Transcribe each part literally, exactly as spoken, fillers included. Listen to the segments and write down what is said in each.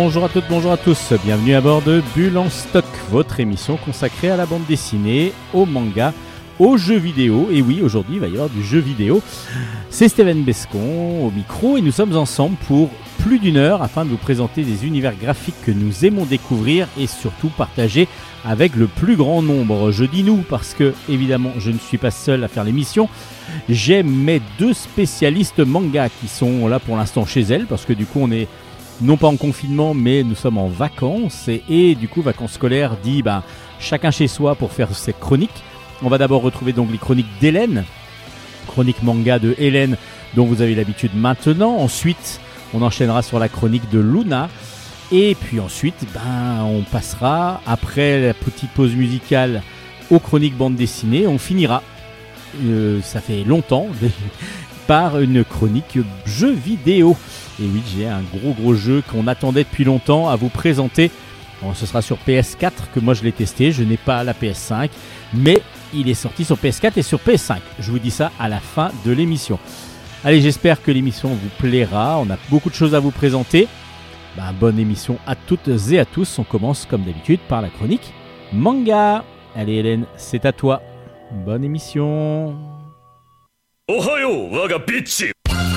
bonjour à toutes, bonjour à tous, bienvenue à bord de Bulle en Stock, votre émission consacrée à la bande dessinée, au manga, aux jeux vidéo. Et oui, aujourd'hui il va y avoir du jeu vidéo. C'est Stéphane Bescon au micro et nous sommes ensemble pour plus d'une heure afin de vous présenter des univers graphiques que nous aimons découvrir et surtout partager avec le plus grand nombre. Je dis nous parce que évidemment je ne suis pas seul à faire l'émission. J'ai mes deux spécialistes manga qui sont là pour l'instant chez elles parce que du coup on est non pas en confinement mais nous sommes en vacances et, et du coup vacances scolaires dit bah, chacun chez soi pour faire ses chroniques. On va d'abord retrouver donc les chroniques d'Hélène, chronique manga de Hélène dont vous avez l'habitude maintenant. Ensuite on enchaînera sur la chronique de Luna. Et puis ensuite, ben, on passera, après la petite pause musicale, aux chroniques bande dessinée. On finira, euh, ça fait longtemps, par une chronique jeu vidéo. Et oui, j'ai un gros gros jeu qu'on attendait depuis longtemps à vous présenter. Bon, ce sera sur P S quatre que moi je l'ai testé, je n'ai pas la P S cinq, mais il est sorti sur P S quatre et sur P S cinq. Je vous dis ça à la fin de l'émission. Allez, j'espère que l'émission vous plaira, on a beaucoup de choses à vous présenter. Bah, bonne émission à toutes et à tous. On commence comme d'habitude par la chronique manga. Allez Hélène, c'est à toi. Bonne émission. Ohayo, waga bitchi.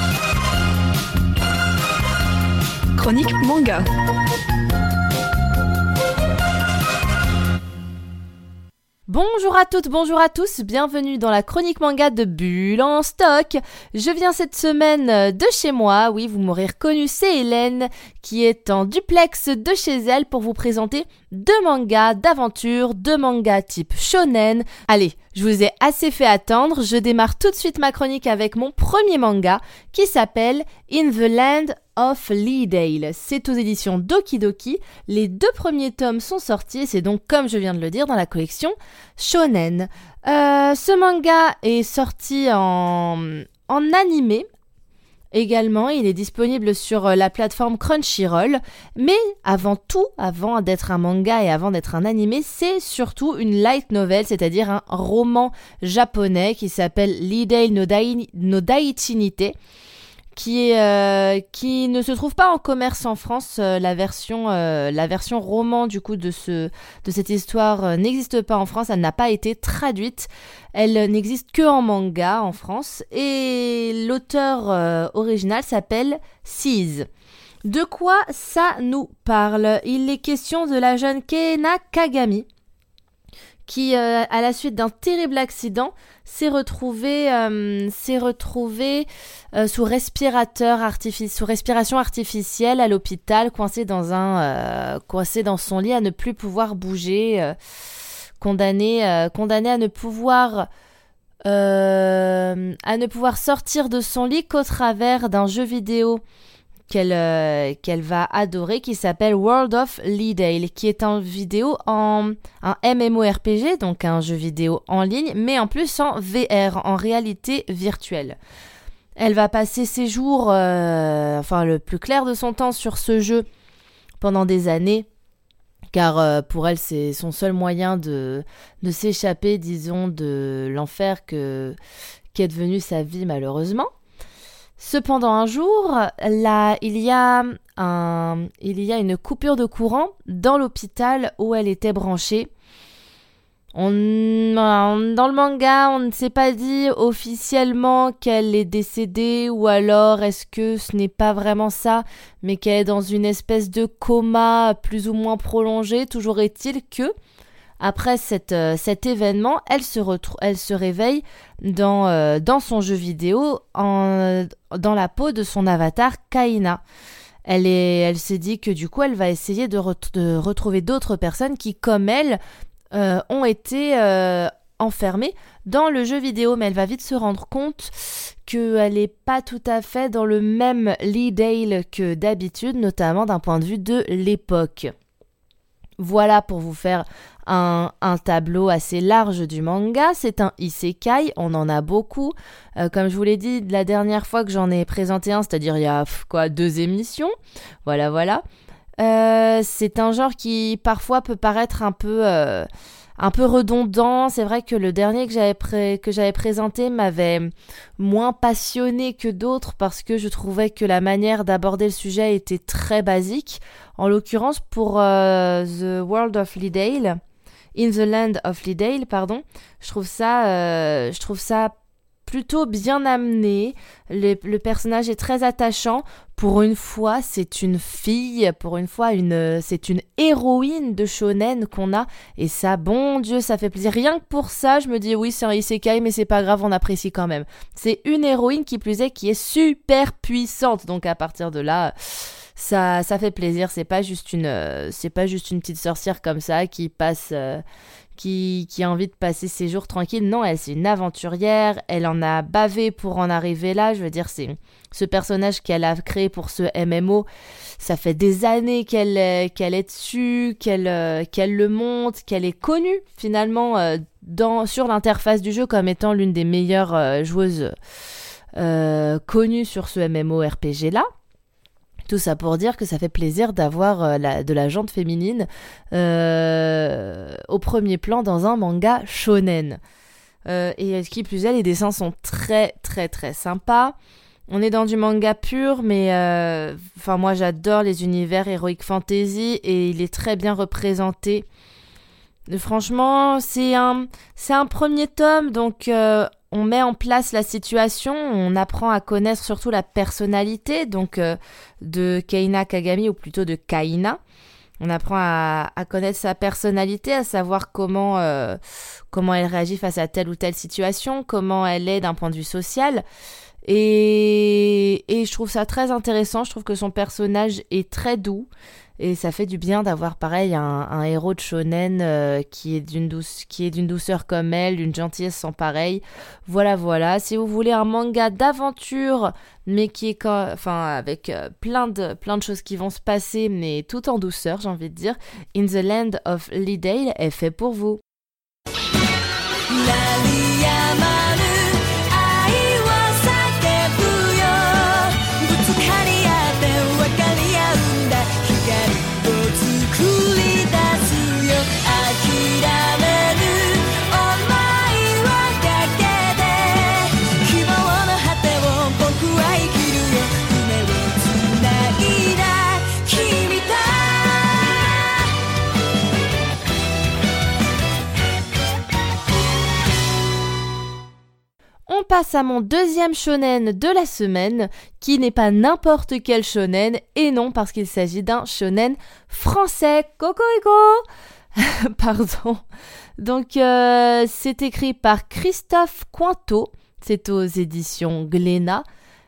Chronique manga. Bonjour à toutes, bonjour à tous, bienvenue dans la chronique manga de Bulle en Stock. Je viens cette semaine de chez moi, oui vous m'aurez reconnu, c'est Hélène qui est en duplex de chez elle pour vous présenter deux mangas d'aventure, deux mangas type shonen. Allez, je vous ai assez fait attendre, je démarre tout de suite ma chronique avec mon premier manga qui s'appelle In the Land of Leedale. C'est aux éditions Doki Doki. Les deux premiers tomes sont sortis, c'est donc comme je viens de le dire dans la collection Shonen. Euh, ce manga est sorti en, en animé. Également, il est disponible sur la plateforme Crunchyroll. Mais avant tout, avant d'être un manga et avant d'être un animé, c'est surtout une light novel, c'est-à-dire un roman japonais qui s'appelle Leedale no, Dai, no Daichi Nite. Qui, est, euh, qui ne se trouve pas en commerce en France. Euh, la version, euh, la version roman du coup de, ce, de cette histoire euh, n'existe pas en France, elle n'a pas été traduite, elle n'existe que en manga en France et l'auteur euh, original s'appelle Seize. De quoi ça nous parle ? Il est question de la jeune Keina Kagami qui, euh, à la suite d'un terrible accident, s'est retrouvée, euh, s'est retrouvée euh, sous respirateur artifici- sous respiration artificielle à l'hôpital, coincée dans un, euh, coincée dans son lit à ne plus pouvoir bouger, euh, condamnée, euh, condamnée à ne pouvoir, euh, à ne pouvoir sortir de son lit qu'au travers d'un jeu vidéo qu'elle, euh, qu'elle va adorer, qui s'appelle World of Leedale, qui est un vidéo en un MMORPG, donc un jeu vidéo en ligne, mais en plus en V R, en réalité virtuelle. Elle va passer ses jours, euh, enfin le plus clair de son temps sur ce jeu pendant des années, car euh, pour elle c'est son seul moyen de, de s'échapper, disons, de l'enfer que, qu'est devenue sa vie malheureusement. Cependant, un jour, là, il y a un, il y a une coupure de courant dans l'hôpital où elle était branchée. On, dans le manga, on ne s'est pas dit officiellement qu'elle est décédée ou alors est-ce que ce n'est pas vraiment ça, mais qu'elle est dans une espèce de coma plus ou moins prolongé. Toujours est-il que après cette, euh, cet événement, elle se, retrou- elle se réveille dans, euh, dans son jeu vidéo, en, dans la peau de son avatar Kaina. Elle, est, elle s'est dit que du coup, elle va essayer de, re- de retrouver d'autres personnes qui, comme elle, euh, ont été euh, enfermées dans le jeu vidéo. Mais elle va vite se rendre compte qu'elle n'est pas tout à fait dans le même Leedale que d'habitude, notamment d'un point de vue de l'époque. Voilà pour vous faire un, un tableau assez large du manga. C'est un isekai, on en a beaucoup. Euh, comme je vous l'ai dit la dernière fois que j'en ai présenté un, c'est-à-dire il y a quoi, deux émissions. Voilà, voilà. Euh, c'est un genre qui parfois peut paraître un peu, euh, un peu redondant. C'est vrai que le dernier que j'avais, pré- que j'avais présenté m'avait moins passionné que d'autres parce que je trouvais que la manière d'aborder le sujet était très basique. En l'occurrence, pour euh, The World of Leadale, In the Land of Leadale, pardon, je trouve ça, euh, je trouve ça plutôt bien amené. Le, le personnage est très attachant. Pour une fois, c'est une fille. Pour une fois, une, c'est une héroïne de shonen qu'on a. Et ça, bon Dieu, ça fait plaisir. Rien que pour ça, je me dis oui, c'est un isekai, mais c'est pas grave, on apprécie quand même. C'est une héroïne qui plus est, qui est super puissante. Donc à partir de là, ça, ça fait plaisir. C'est pas juste une, euh, c'est pas juste une petite sorcière comme ça qui passe. Euh, Qui, qui a envie de passer ses jours tranquilles. Non, elle, c'est une aventurière. Elle en a bavé pour en arriver là. Je veux dire, c'est ce personnage qu'elle a créé pour ce M M O. Ça fait des années qu'elle, qu'elle est dessus, qu'elle, euh, qu'elle le monte, qu'elle est connue finalement euh, dans, sur l'interface du jeu comme étant l'une des meilleures euh, joueuses euh, connues sur ce M M O R P G là. Tout ça pour dire que ça fait plaisir d'avoir euh, la, de la jante féminine euh, au premier plan dans un manga shonen. Euh, et ce qui plus est, les dessins sont très très très sympas. On est dans du manga pur, mais enfin euh, moi j'adore les univers heroic fantasy et il est très bien représenté. Franchement, c'est un c'est un premier tome, donc euh, on met en place la situation, on apprend à connaître surtout la personnalité donc euh, de Keina Kagami, ou plutôt de Kaina. On apprend à, à connaître sa personnalité, à savoir comment, euh, comment elle réagit face à telle ou telle situation, comment elle est d'un point de vue social. Et, et je trouve ça très intéressant, je trouve que son personnage est très doux. Et ça fait du bien d'avoir pareil un, un héros de shonen euh, qui, est d'une douce, qui est d'une douceur comme elle, d'une gentillesse sans pareil. Voilà, voilà. Si vous voulez un manga d'aventure, mais qui est quand, enfin, avec euh, plein, de, plein de choses qui vont se passer, mais tout en douceur, j'ai envie de dire, In the Land of Leadale est fait pour vous. On passe à mon deuxième shonen de la semaine, qui n'est pas n'importe quel shonen, et non parce qu'il s'agit d'un shonen français. Cocorico Pardon. Donc, euh, c'est écrit par Christophe Cointeau, c'est aux éditions Glénat,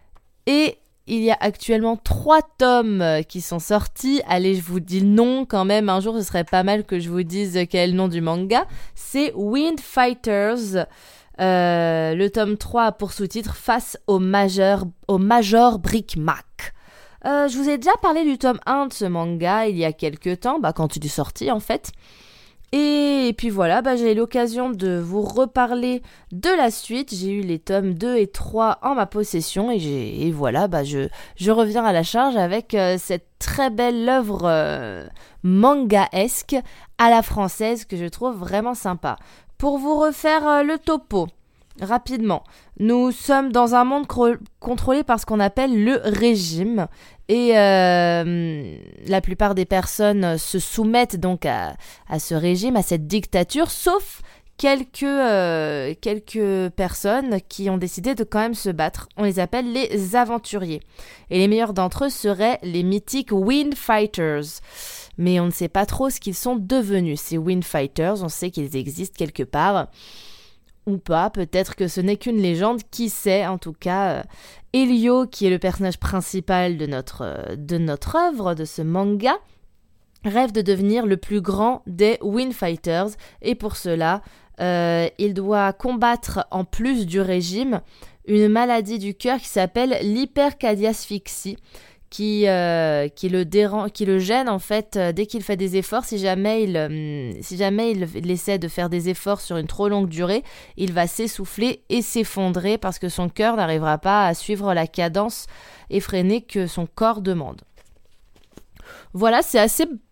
et il y a actuellement trois tomes qui sont sortis. Allez, je vous dis le nom quand même, un jour ce serait pas mal que je vous dise quel est le nom du manga. C'est Wind Fighters. Euh, le tome trois a pour sous-titre Face au Major, au Major Brick Mac. Euh, je vous ai déjà parlé du tome un de ce manga il y a quelques temps, bah, quand il est sorti en fait. Et, et puis voilà, bah, j'ai eu l'occasion de vous reparler de la suite. J'ai eu les tomes deux et trois en ma possession et, j'ai, et voilà, bah, je, je reviens à la charge avec euh, cette très belle œuvre euh, manga-esque à la française que je trouve vraiment sympa. Pour vous refaire euh, le topo, rapidement, nous sommes dans un monde cro- contrôlé par ce qu'on appelle le régime et euh, la plupart des personnes se soumettent donc à, à ce régime, à cette dictature, sauf quelques, euh, quelques personnes qui ont décidé de quand même se battre. On les appelle les aventuriers. Et les meilleurs d'entre eux seraient les mythiques Wind Fighters. Mais on ne sait pas trop ce qu'ils sont devenus, ces Wind Fighters. On sait qu'ils existent quelque part, ou pas, peut-être que ce n'est qu'une légende, qui sait. En tout cas, euh, Elio, qui est le personnage principal de notre, euh, de notre œuvre, de ce manga, rêve de devenir le plus grand des Wind Fighters, et pour cela, euh, il doit combattre, en plus du régime, une maladie du cœur qui s'appelle l'hypercardiasphyxie, Qui, euh, qui, le dérange, qui le gêne en fait euh, dès qu'il fait des efforts. Si jamais, il, euh, si jamais il, il essaie de faire des efforts sur une trop longue durée, il va s'essouffler et s'effondrer parce que son cœur n'arrivera pas à suivre la cadence effrénée que son corps demande. Voilà, c'est assez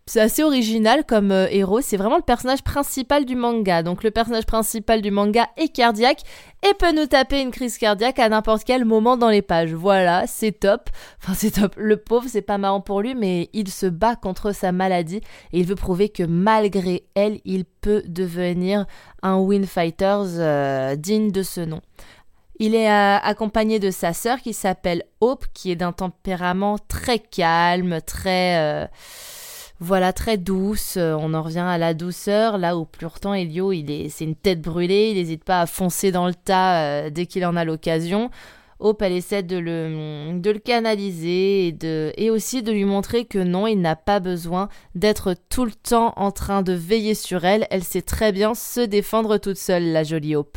c'est assez original comme euh, héros, c'est vraiment le personnage principal du manga. Donc le personnage principal du manga est cardiaque et peut nous taper une crise cardiaque à n'importe quel moment dans les pages. Voilà, c'est top. Enfin c'est top, le pauvre, c'est pas marrant pour lui, mais il se bat contre sa maladie et il veut prouver que malgré elle, il peut devenir un Wind Fighters euh, digne de ce nom. Il est euh, accompagné de sa sœur qui s'appelle Hope, qui est d'un tempérament très calme, très... Euh, Voilà, très douce, on en revient à la douceur, là où pourtant Elio, il est, c'est une tête brûlée, il n'hésite pas à foncer dans le tas euh, dès qu'il en a l'occasion. Hope, elle essaie de le, de le canaliser et, de, et aussi de lui montrer que non, il n'a pas besoin d'être tout le temps en train de veiller sur elle, elle sait très bien se défendre toute seule, la jolie Hope.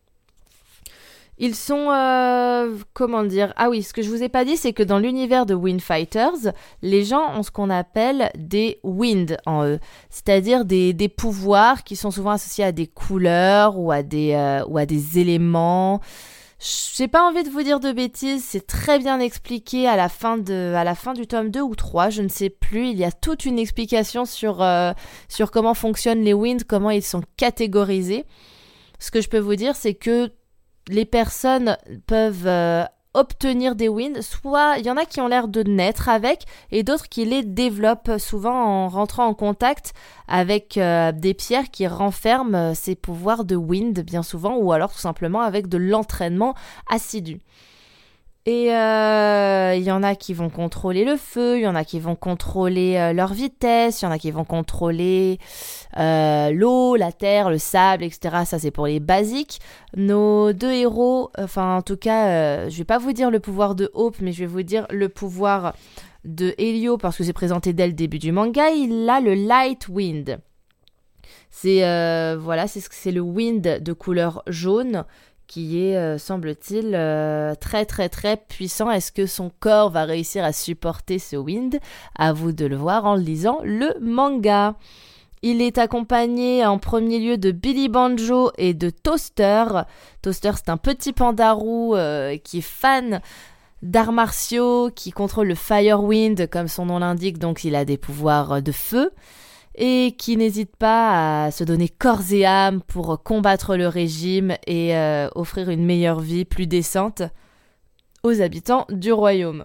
Ils sont, euh, comment dire, ah oui, ce que je vous ai pas dit, c'est que dans l'univers de Wind Fighters, les gens ont ce qu'on appelle des Wind en eux, c'est-à-dire des, des pouvoirs qui sont souvent associés à des couleurs ou à des, euh, ou à des éléments. J'ai pas envie de vous dire de bêtises, c'est très bien expliqué à la fin, de, à la fin du tome deux ou trois, je ne sais plus, il y a toute une explication sur, euh, sur comment fonctionnent les Wind, comment ils sont catégorisés. Ce que je peux vous dire, c'est que les personnes peuvent euh, obtenir des Wind, soit il y en a qui ont l'air de naître avec et d'autres qui les développent souvent en rentrant en contact avec euh, des pierres qui renferment ces pouvoirs de Wind bien souvent, ou alors tout simplement avec de l'entraînement assidu. Et euh, il y en a qui vont contrôler le feu, il y en a qui vont contrôler euh, leur vitesse, il y en a qui vont contrôler euh, l'eau, la terre, le sable, et cetera. Ça, c'est pour les basiques. Nos deux héros, enfin en tout cas, euh, je vais pas vous dire le pouvoir de Hope, mais je vais vous dire le pouvoir de Elio, parce que c'est présenté dès le début du manga. Il a le Light Wind. C'est, euh, voilà, c'est, c'est le Wind de couleur jaune, qui est, euh, semble-t-il, euh, très très très puissant. Est-ce que son corps va réussir à supporter ce Wind ? À vous de le voir en lisant le manga. Il est accompagné en premier lieu de Billy Banjo et de Toaster. Toaster, c'est un petit panda roux euh, qui est fan d'arts martiaux, qui contrôle le Fire Wind, comme son nom l'indique, donc il a des pouvoirs de feu. Et qui n'hésite pas à se donner corps et âme pour combattre le régime et euh, offrir une meilleure vie plus décente aux habitants du royaume.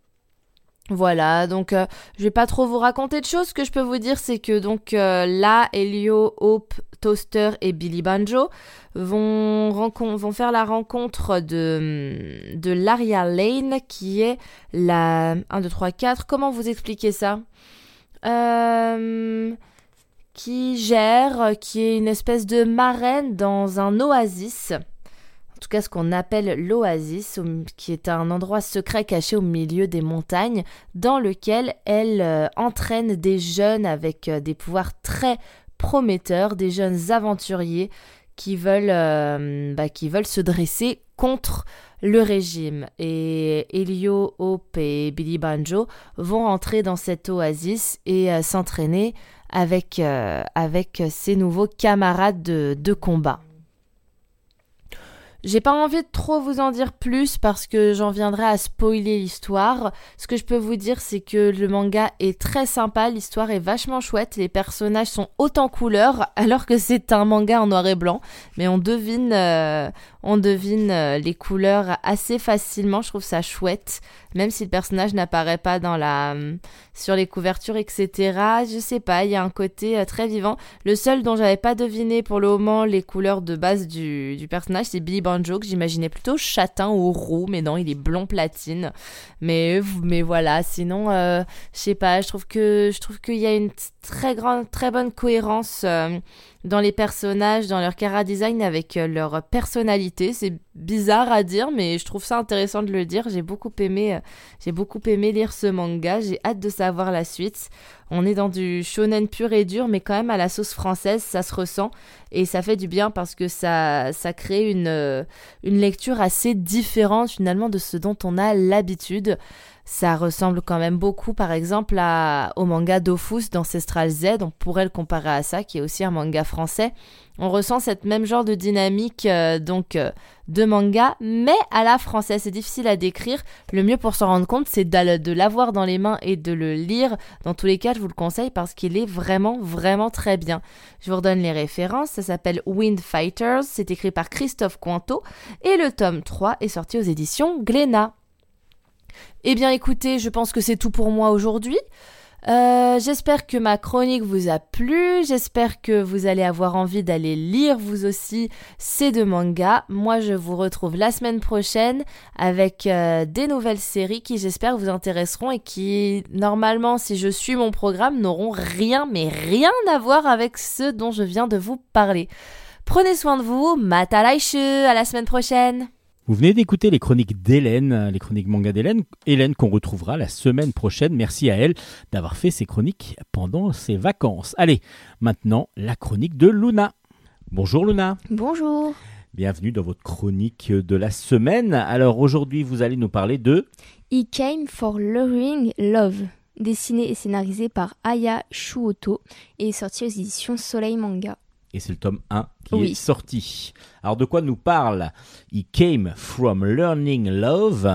Voilà, donc euh, je vais pas trop vous raconter de choses. Ce que je peux vous dire, c'est que donc euh, là, Elio, Hope, Toaster et Billy Banjo vont, rencon- vont faire la rencontre de, de Laria Lane, qui est la un, deux, trois, quatre. Comment vous expliquer ça ? Euh, qui gère, qui est une espèce de marraine dans un oasis, en tout cas ce qu'on appelle l'oasis, qui est un endroit secret caché au milieu des montagnes, dans lequel elle euh, entraîne des jeunes avec euh, des pouvoirs très prometteurs, des jeunes aventuriers qui veulent, euh, bah, qui veulent se dresser contre le régime. Et Elio, Hope et Billy Banjo vont rentrer dans cette oasis et euh, s'entraîner avec, euh, avec ses nouveaux camarades de, de combat. J'ai pas envie de trop vous en dire plus parce que j'en viendrai à spoiler l'histoire. Ce que je peux vous dire, c'est que le manga est très sympa, l'histoire est vachement chouette, les personnages sont hauts en couleurs alors que c'est un manga en noir et blanc, mais on devine, euh, on devine euh, les couleurs assez facilement. Je trouve ça chouette, même si le personnage n'apparaît pas dans la, euh, sur les couvertures, et cetera. Je sais pas, il y a un côté euh, très vivant. Le seul dont j'avais pas deviné pour le moment les couleurs de base du, du personnage, c'est Billy Banjo, que j'imaginais plutôt châtain ou roux, mais non, il est blond platine. Mais, mais voilà, sinon, euh, je sais pas, je trouve que je trouve qu'il y a une très grande, très bonne cohérence euh, dans les personnages, dans leur chara design, avec euh, leur personnalité. C'est bizarre à dire, mais je trouve ça intéressant de le dire. J'ai beaucoup aimé, euh, j'ai beaucoup aimé lire ce manga. J'ai hâte de savoir la suite. On est dans du shonen pur et dur, mais quand même à la sauce française, ça se ressent. Et ça fait du bien parce que ça, ça crée une, une lecture assez différente finalement de ce dont on a l'habitude. Ça ressemble quand même beaucoup, par exemple, à, au manga Dofus d'Ancestral Z. On pourrait le comparer à ça, qui est aussi un manga français. On ressent cette même genre de dynamique euh, donc euh, de manga, mais à la française. C'est difficile à décrire. Le mieux pour s'en rendre compte, c'est de, de l'avoir dans les mains et de le lire. Dans tous les cas, je vous le conseille parce qu'il est vraiment, vraiment très bien. Je vous redonne les références. Ça s'appelle Wind Fighters. C'est écrit par Christophe Cointeau. Et le tome trois est sorti aux éditions Glénat. Eh bien écoutez, je pense que c'est tout pour moi aujourd'hui. Euh, j'espère que ma chronique vous a plu, j'espère que vous allez avoir envie d'aller lire vous aussi ces deux mangas. Moi je vous retrouve la semaine prochaine avec euh, des nouvelles séries qui j'espère vous intéresseront et qui normalement, si je suis mon programme, n'auront rien mais rien à voir avec ce dont je viens de vous parler. Prenez soin de vous, mata laishu, à la semaine prochaine. Vous venez d'écouter les chroniques d'Hélène, les chroniques manga d'Hélène. Hélène qu'on retrouvera la semaine prochaine. Merci à elle d'avoir fait ses chroniques pendant ses vacances. Allez, maintenant la chronique de Luna. Bonjour Luna. Bonjour. Bienvenue dans votre chronique de la semaine. Alors aujourd'hui, vous allez nous parler de... He Came for Luring Love, dessiné et scénarisé par Aya Shuoto et sorti aux éditions Soleil Manga. Et c'est le tome un qui oui. est sorti. Alors de quoi nous parle He Came from Learning Love.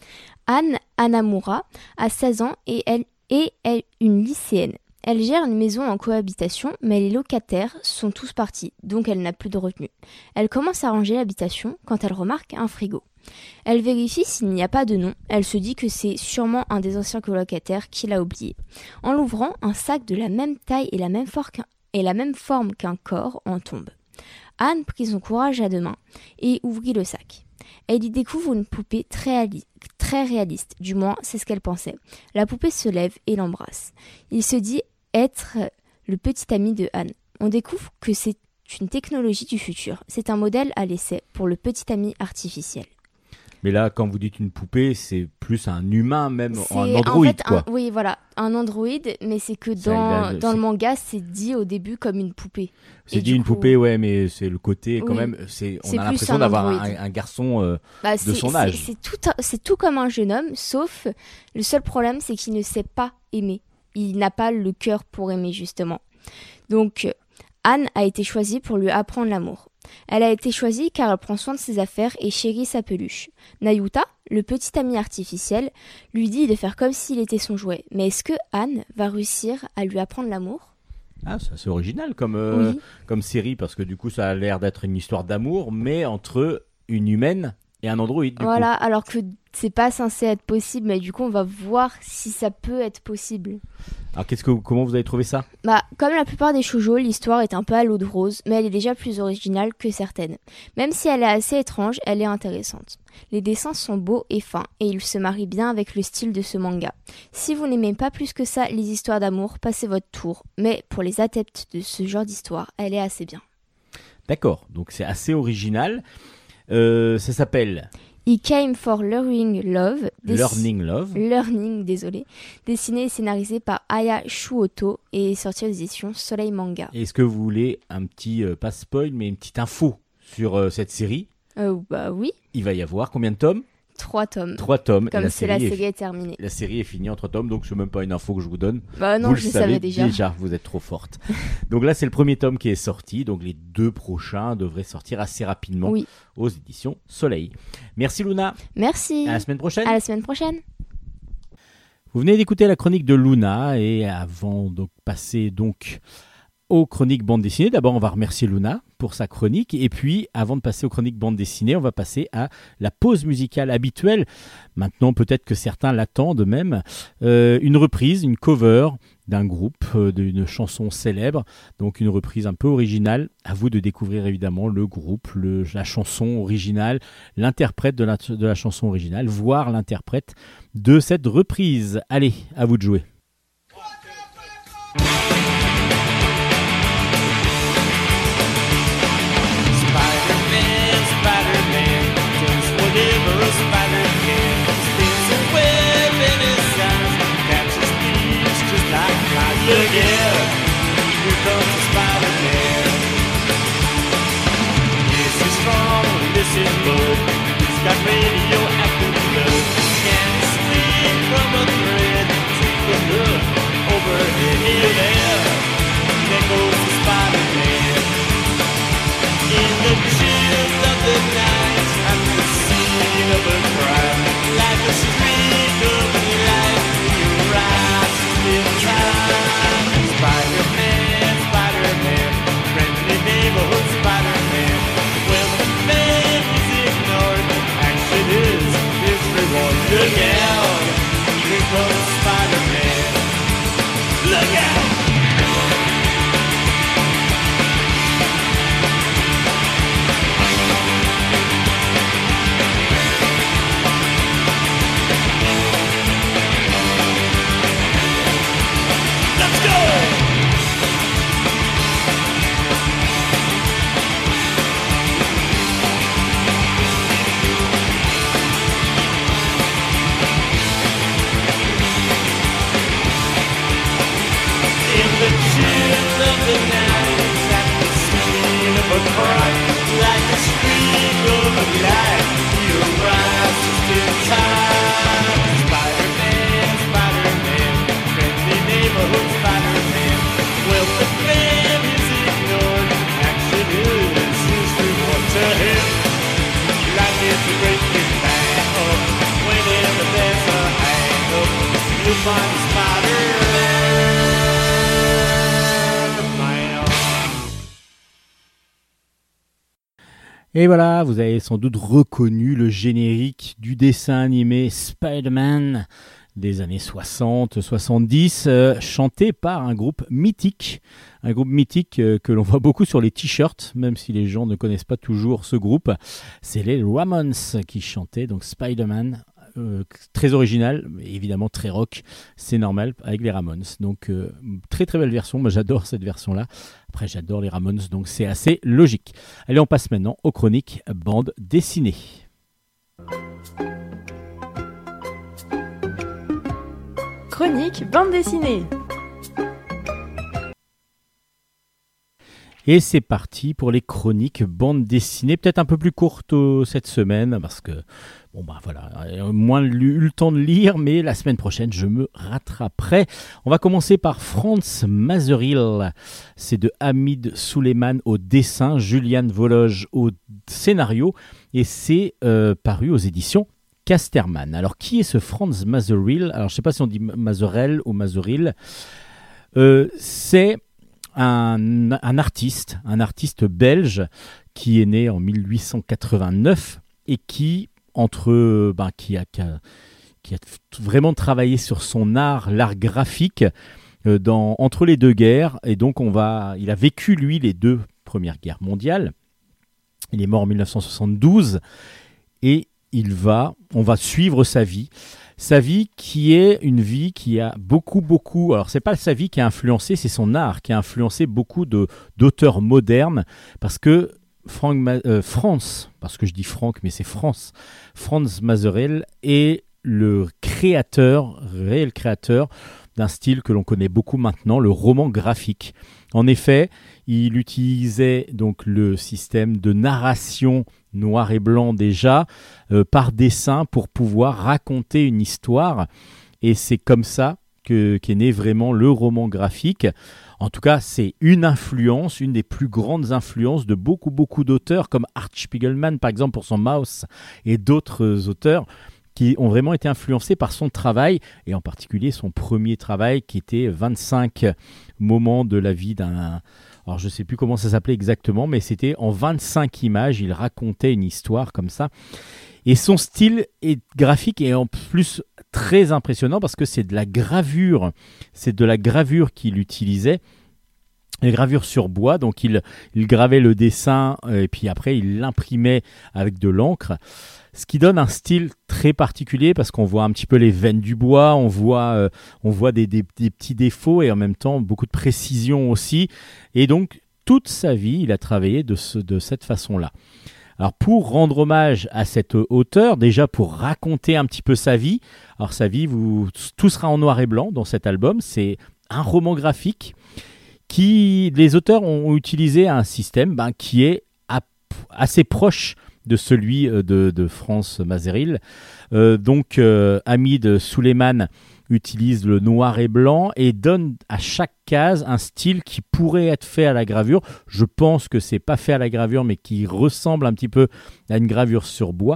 Anne Hanamura a seize ans et elle est elle, une lycéenne. Elle gère une maison en cohabitation, mais les locataires sont tous partis, donc elle n'a plus de retenue. Elle commence à ranger l'habitation quand elle remarque un frigo. Elle vérifie s'il n'y a pas de nom. Elle se dit que c'est sûrement un des anciens colocataires qui l'a oublié. En l'ouvrant, un sac de la même taille et la même forme qu'un et la même forme qu'un corps en tombe. Anne prit son courage à deux mains et ouvrit le sac. Elle y découvre une poupée très, très réaliste, du moins c'est ce qu'elle pensait. La poupée se lève et l'embrasse. Il se dit être le petit ami de Anne. On découvre que c'est une technologie du futur. C'est un modèle à l'essai pour le petit ami artificiel. Mais là, quand vous dites une poupée, c'est plus un humain, même c'est un androïde, en fait, quoi. Un, oui, voilà, un androïde, mais c'est que C'est dans, la- dans c'est- le manga, c'est dit au début comme une poupée. C'est Et dit du une coup- poupée, ouais, mais c'est le côté, quand Oui. même, c'est, on C'est a plus l'impression un d'avoir un, androïde. un garçon euh, Bah, de c'est, son c'est- âge. C'est tout, c'est tout comme un jeune homme, sauf le seul problème, c'est qu'il ne sait pas aimer. Il n'a pas le cœur pour aimer, justement. Donc, Anne a été choisie pour lui apprendre l'amour. Elle a été choisie car elle prend soin de ses affaires et chérit sa peluche. Nayuta, le petit ami artificiel, lui dit de faire comme s'il était son jouet. Mais est-ce que Anne va réussir à lui apprendre l'amour ? Ah, c'est assez original comme, euh, Oui. comme série, parce que du coup, ça a l'air d'être une histoire d'amour, mais entre une humaine et un androïde, du Voilà, alors que c'est pas censé être possible, mais du coup on va voir si ça peut être possible. coup. Alors, qu'est-ce que, comment vous avez trouvé ça ? Bah, comme la plupart des shoujo, l'histoire est un peu à l'eau de rose, mais elle est déjà plus originale que certaines. Même si elle est assez étrange, elle est intéressante. Les dessins sont beaux et fins, et ils se marient bien avec le style de ce manga. Si vous n'aimez pas plus que ça les histoires d'amour, passez votre tour, mais pour les adeptes de ce genre d'histoire, elle est assez bien. D'accord, donc c'est assez original. Euh, ça s'appelle He Came for Learning Love. dessi- Learning Love. Learning, désolé. Dessiné et scénarisé par Aya Shuoto et sorti aux éditions Soleil Manga. Est-ce que vous voulez un petit, euh, pas spoil, mais une petite info sur euh, cette série ? Euh, bah oui, Il va y avoir combien de tomes ? trois tomes. Trois tomes. et Comme la c'est la série est série est terminée. La série est finie en trois tomes, donc c'est même pas une info que je vous donne. Bah non, vous je le le savez savais déjà. vous êtes trop forte. Donc là, c'est le premier tome qui est sorti, donc les deux prochains devraient sortir assez rapidement Oui, aux éditions Soleil. Merci Luna, merci. à la semaine prochaine. À la semaine prochaine. Vous venez d'écouter la chronique de Luna, et avant de passer donc aux chroniques bande dessinée, d'abord on va remercier Luna pour sa chronique, et puis avant de passer aux chroniques bande dessinée, on va passer à la pause musicale habituelle. Maintenant, peut-être que certains l'attendent même, euh, une reprise, une cover d'un groupe, euh, d'une chanson célèbre, donc une reprise un peu originale. À vous de découvrir évidemment le groupe, le, la chanson originale, l'interprète de la, de la chanson originale, voire l'interprète de cette reprise. Allez, à vous de jouer. Spider-Man, Spider-Man, does whatever a spider can. Spins a web in his eyes, catches thieves just like flies. Look out, here comes Spider-Man. This is strong, this is blood. He's got radioactive blood. Can't sleep from bright like a streak of light. You rise just in time. Spider-Man, Spider-Man, friendly neighborhood Spider-Man. Well, the plan is ignored. Action is his reward to him. Like it's a great big bang up. Whenever there's a hang up, you'll find Spider-Man. Et voilà, vous avez sans doute reconnu le générique du dessin animé Spider-Man des années soixante soixante-dix, euh, chanté par un groupe mythique, un groupe mythique euh, que l'on voit beaucoup sur les t-shirts, même si les gens ne connaissent pas toujours ce groupe. C'est les Ramones qui chantaient donc Spider-Man, euh, très original, évidemment très rock, c'est normal avec les Ramones. Donc euh, très très belle version, moi j'adore cette version-là. Après j'adore les Ramones, donc c'est assez logique. Allez, on passe maintenant aux chroniques bande dessinée. Chronique bande dessinée. Et c'est parti pour les chroniques bande dessinée, peut-être un peu plus courtes euh, cette semaine, parce que, bon bah voilà, euh, moins lu- eu le temps de lire, mais la semaine prochaine, je me rattraperai. On va commencer par Franz Mazeril, c'est de Hamid Suleiman au dessin, Julian Vologe au scénario, et c'est euh, paru aux éditions Casterman. Alors, qui est ce Franz Mazeril ? Alors, je ne sais pas si on dit Mazerel ou Mazeril. Euh, c'est un, un artiste, un artiste belge qui est né en dix-huit cent quatre-vingt-neuf et qui, entre, ben, qui, a, qui, a, qui a vraiment travaillé sur son art, l'art graphique, euh, dans, entre les deux guerres. Et donc, on va, il a vécu, lui, les deux premières guerres mondiales. Il est mort en dix-neuf cent soixante-douze et il va, on va suivre sa vie. Sa vie qui est une vie qui a beaucoup, beaucoup... Alors, c'est pas sa vie qui a influencé, c'est son art qui a influencé beaucoup de, d'auteurs modernes. Parce que Frank Ma- euh, France, parce que je dis Franck, mais c'est France, Franz Mazeril est le créateur, réel créateur d'un style que l'on connaît beaucoup maintenant, le roman graphique. En effet, il utilisait donc le système de narration noir et blanc déjà, euh, par dessin pour pouvoir raconter une histoire. Et c'est comme ça que, qu'est né vraiment le roman graphique. En tout cas, c'est une influence, une des plus grandes influences de beaucoup, beaucoup d'auteurs, comme Art Spiegelman, par exemple, pour son Maus, et d'autres auteurs qui ont vraiment été influencés par son travail, et en particulier son premier travail qui était vingt-cinq moments de la vie d'un... Alors je ne sais plus comment ça s'appelait exactement, mais c'était en vingt-cinq images, il racontait une histoire comme ça. Et son style est graphique est en plus très impressionnant parce que c'est de la gravure, c'est de la gravure qu'il utilisait. Les gravures sur bois, donc il, il gravait le dessin et puis après il l'imprimait avec de l'encre. Ce qui donne un style très particulier parce qu'on voit un petit peu les veines du bois, on voit, euh, on voit des, des, des petits défauts et en même temps beaucoup de précision aussi. Et donc, toute sa vie, il a travaillé de, ce, de cette façon-là. Alors, pour rendre hommage à cet auteur, déjà pour raconter un petit peu sa vie, alors sa vie, vous, tout sera en noir et blanc dans cet album, c'est un roman graphique qui, les auteurs ont utilisé un système ben, qui est ap- assez proche de celui de, de Franz Mazeril. Euh, donc, euh, Hamid Suleiman utilise le noir et blanc et donne à chaque case un style qui pourrait être fait à la gravure. Je pense que c'est pas fait à la gravure, mais qui ressemble un petit peu à une gravure sur bois.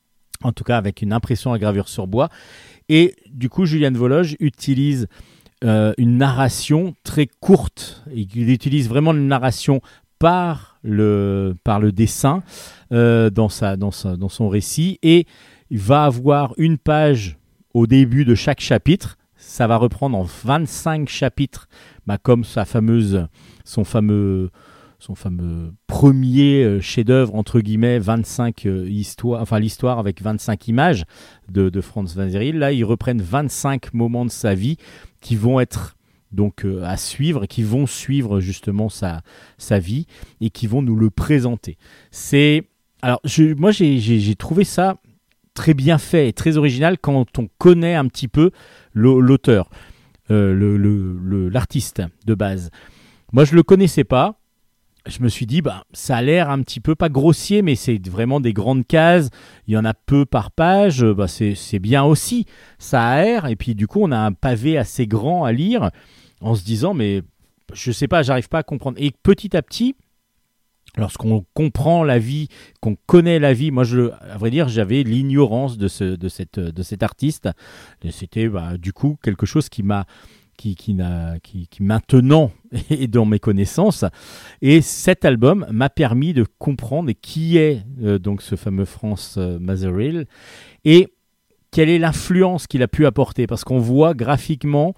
En tout cas, avec une impression à gravure sur bois. Et du coup, Julian Vologe utilise euh, une narration très courte. Il utilise vraiment une narration par le, par le dessin euh, dans, sa, dans, sa, dans son récit, et il va avoir une page au début de chaque chapitre. Ça va reprendre en vingt-cinq chapitres, bah, comme sa fameuse, son, fameux, son fameux premier chef-d'œuvre, entre guillemets, vingt-cinq euh, histoires, enfin l'histoire avec vingt-cinq images de, de Franz Mazeril. Là, ils reprennent vingt-cinq moments de sa vie qui vont être donc euh, à suivre, qui vont suivre justement sa, sa vie et qui vont nous le présenter. C'est, alors, je, moi, j'ai, j'ai, j'ai trouvé ça très bien fait et très original quand on connaît un petit peu l'auteur, euh, le, le, le, l'artiste de base. Moi, je ne le connaissais pas je me suis dit, bah, ça a l'air un petit peu, pas grossier, mais c'est vraiment des grandes cases. Il y en a peu par page. Bah, c'est, c'est bien aussi. Ça aère. Et puis, du coup, on a un pavé assez grand à lire en se disant, mais je sais pas, j'arrive pas à comprendre. Et petit à petit, lorsqu'on comprend la vie, qu'on connaît la vie, moi, je, à vrai dire, j'avais l'ignorance de, ce, de, cette, de cet artiste. Et c'était, bah, du coup, quelque chose qui m'a Qui, qui, n'a, qui, qui maintenant est dans mes connaissances. Et cet album m'a permis de comprendre qui est euh, donc ce fameux Franz euh, Mazeril et quelle est l'influence qu'il a pu apporter. Parce qu'on voit graphiquement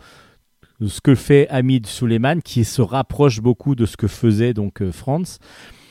ce que fait Hamid Suleiman, qui se rapproche beaucoup de ce que faisait donc euh, Franz.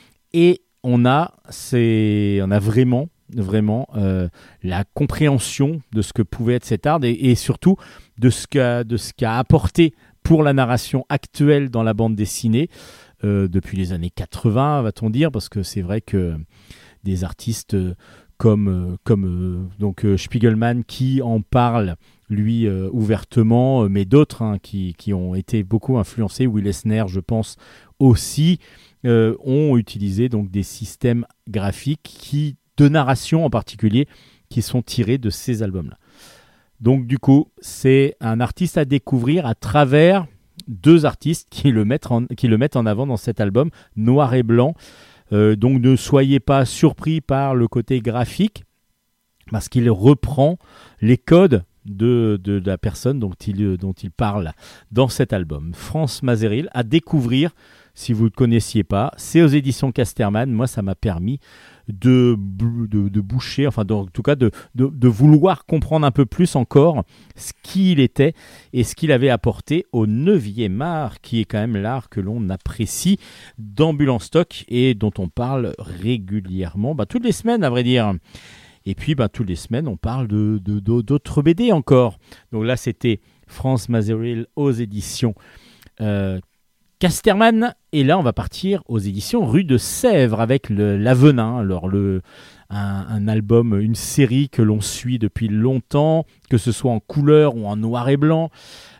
Et on a, c'est, on a vraiment, vraiment euh, la compréhension de ce que pouvait être cet art et, et surtout de ce qu'a, de ce qu'a apporté pour la narration actuelle dans la bande dessinée euh, depuis les années quatre-vingts, va-t-on dire, parce que c'est vrai que des artistes euh, comme, euh, comme euh, donc, euh, Spiegelman qui en parle, lui, euh, ouvertement, euh, mais d'autres hein, qui, qui ont été beaucoup influencés, Will Eisner, je pense, aussi, euh, ont utilisé donc, des systèmes graphiques qui, de narration en particulier, qui sont tirés de ces albums-là. Donc du coup, c'est un artiste à découvrir à travers deux artistes qui le mettent en, qui le mettent en avant dans cet album, noir et blanc. Euh, donc ne soyez pas surpris par le côté graphique, parce qu'il reprend les codes de, de, de la personne dont il, dont il parle dans cet album. Franz Mazeril, à découvrir si vous ne le connaissiez pas. C'est aux éditions Casterman. Moi, ça m'a permis de, de, de boucher, enfin de, en tout cas de, de, de vouloir comprendre un peu plus encore ce qu'il était et ce qu'il avait apporté au neuvième art, qui est quand même l'art que l'on apprécie dans Bulle en stock et dont on parle régulièrement, bah, toutes les semaines à vrai dire. Et puis bah, toutes les semaines on parle de, de, de, d'autres B D encore. Donc là c'était Franz Mazeril aux éditions euh, Casterman, et là on va partir aux éditions Rue de Sèvres avec le, l'Avenin, alors le, un, un album, une série que l'on suit depuis longtemps, que ce soit en couleur ou en noir et blanc,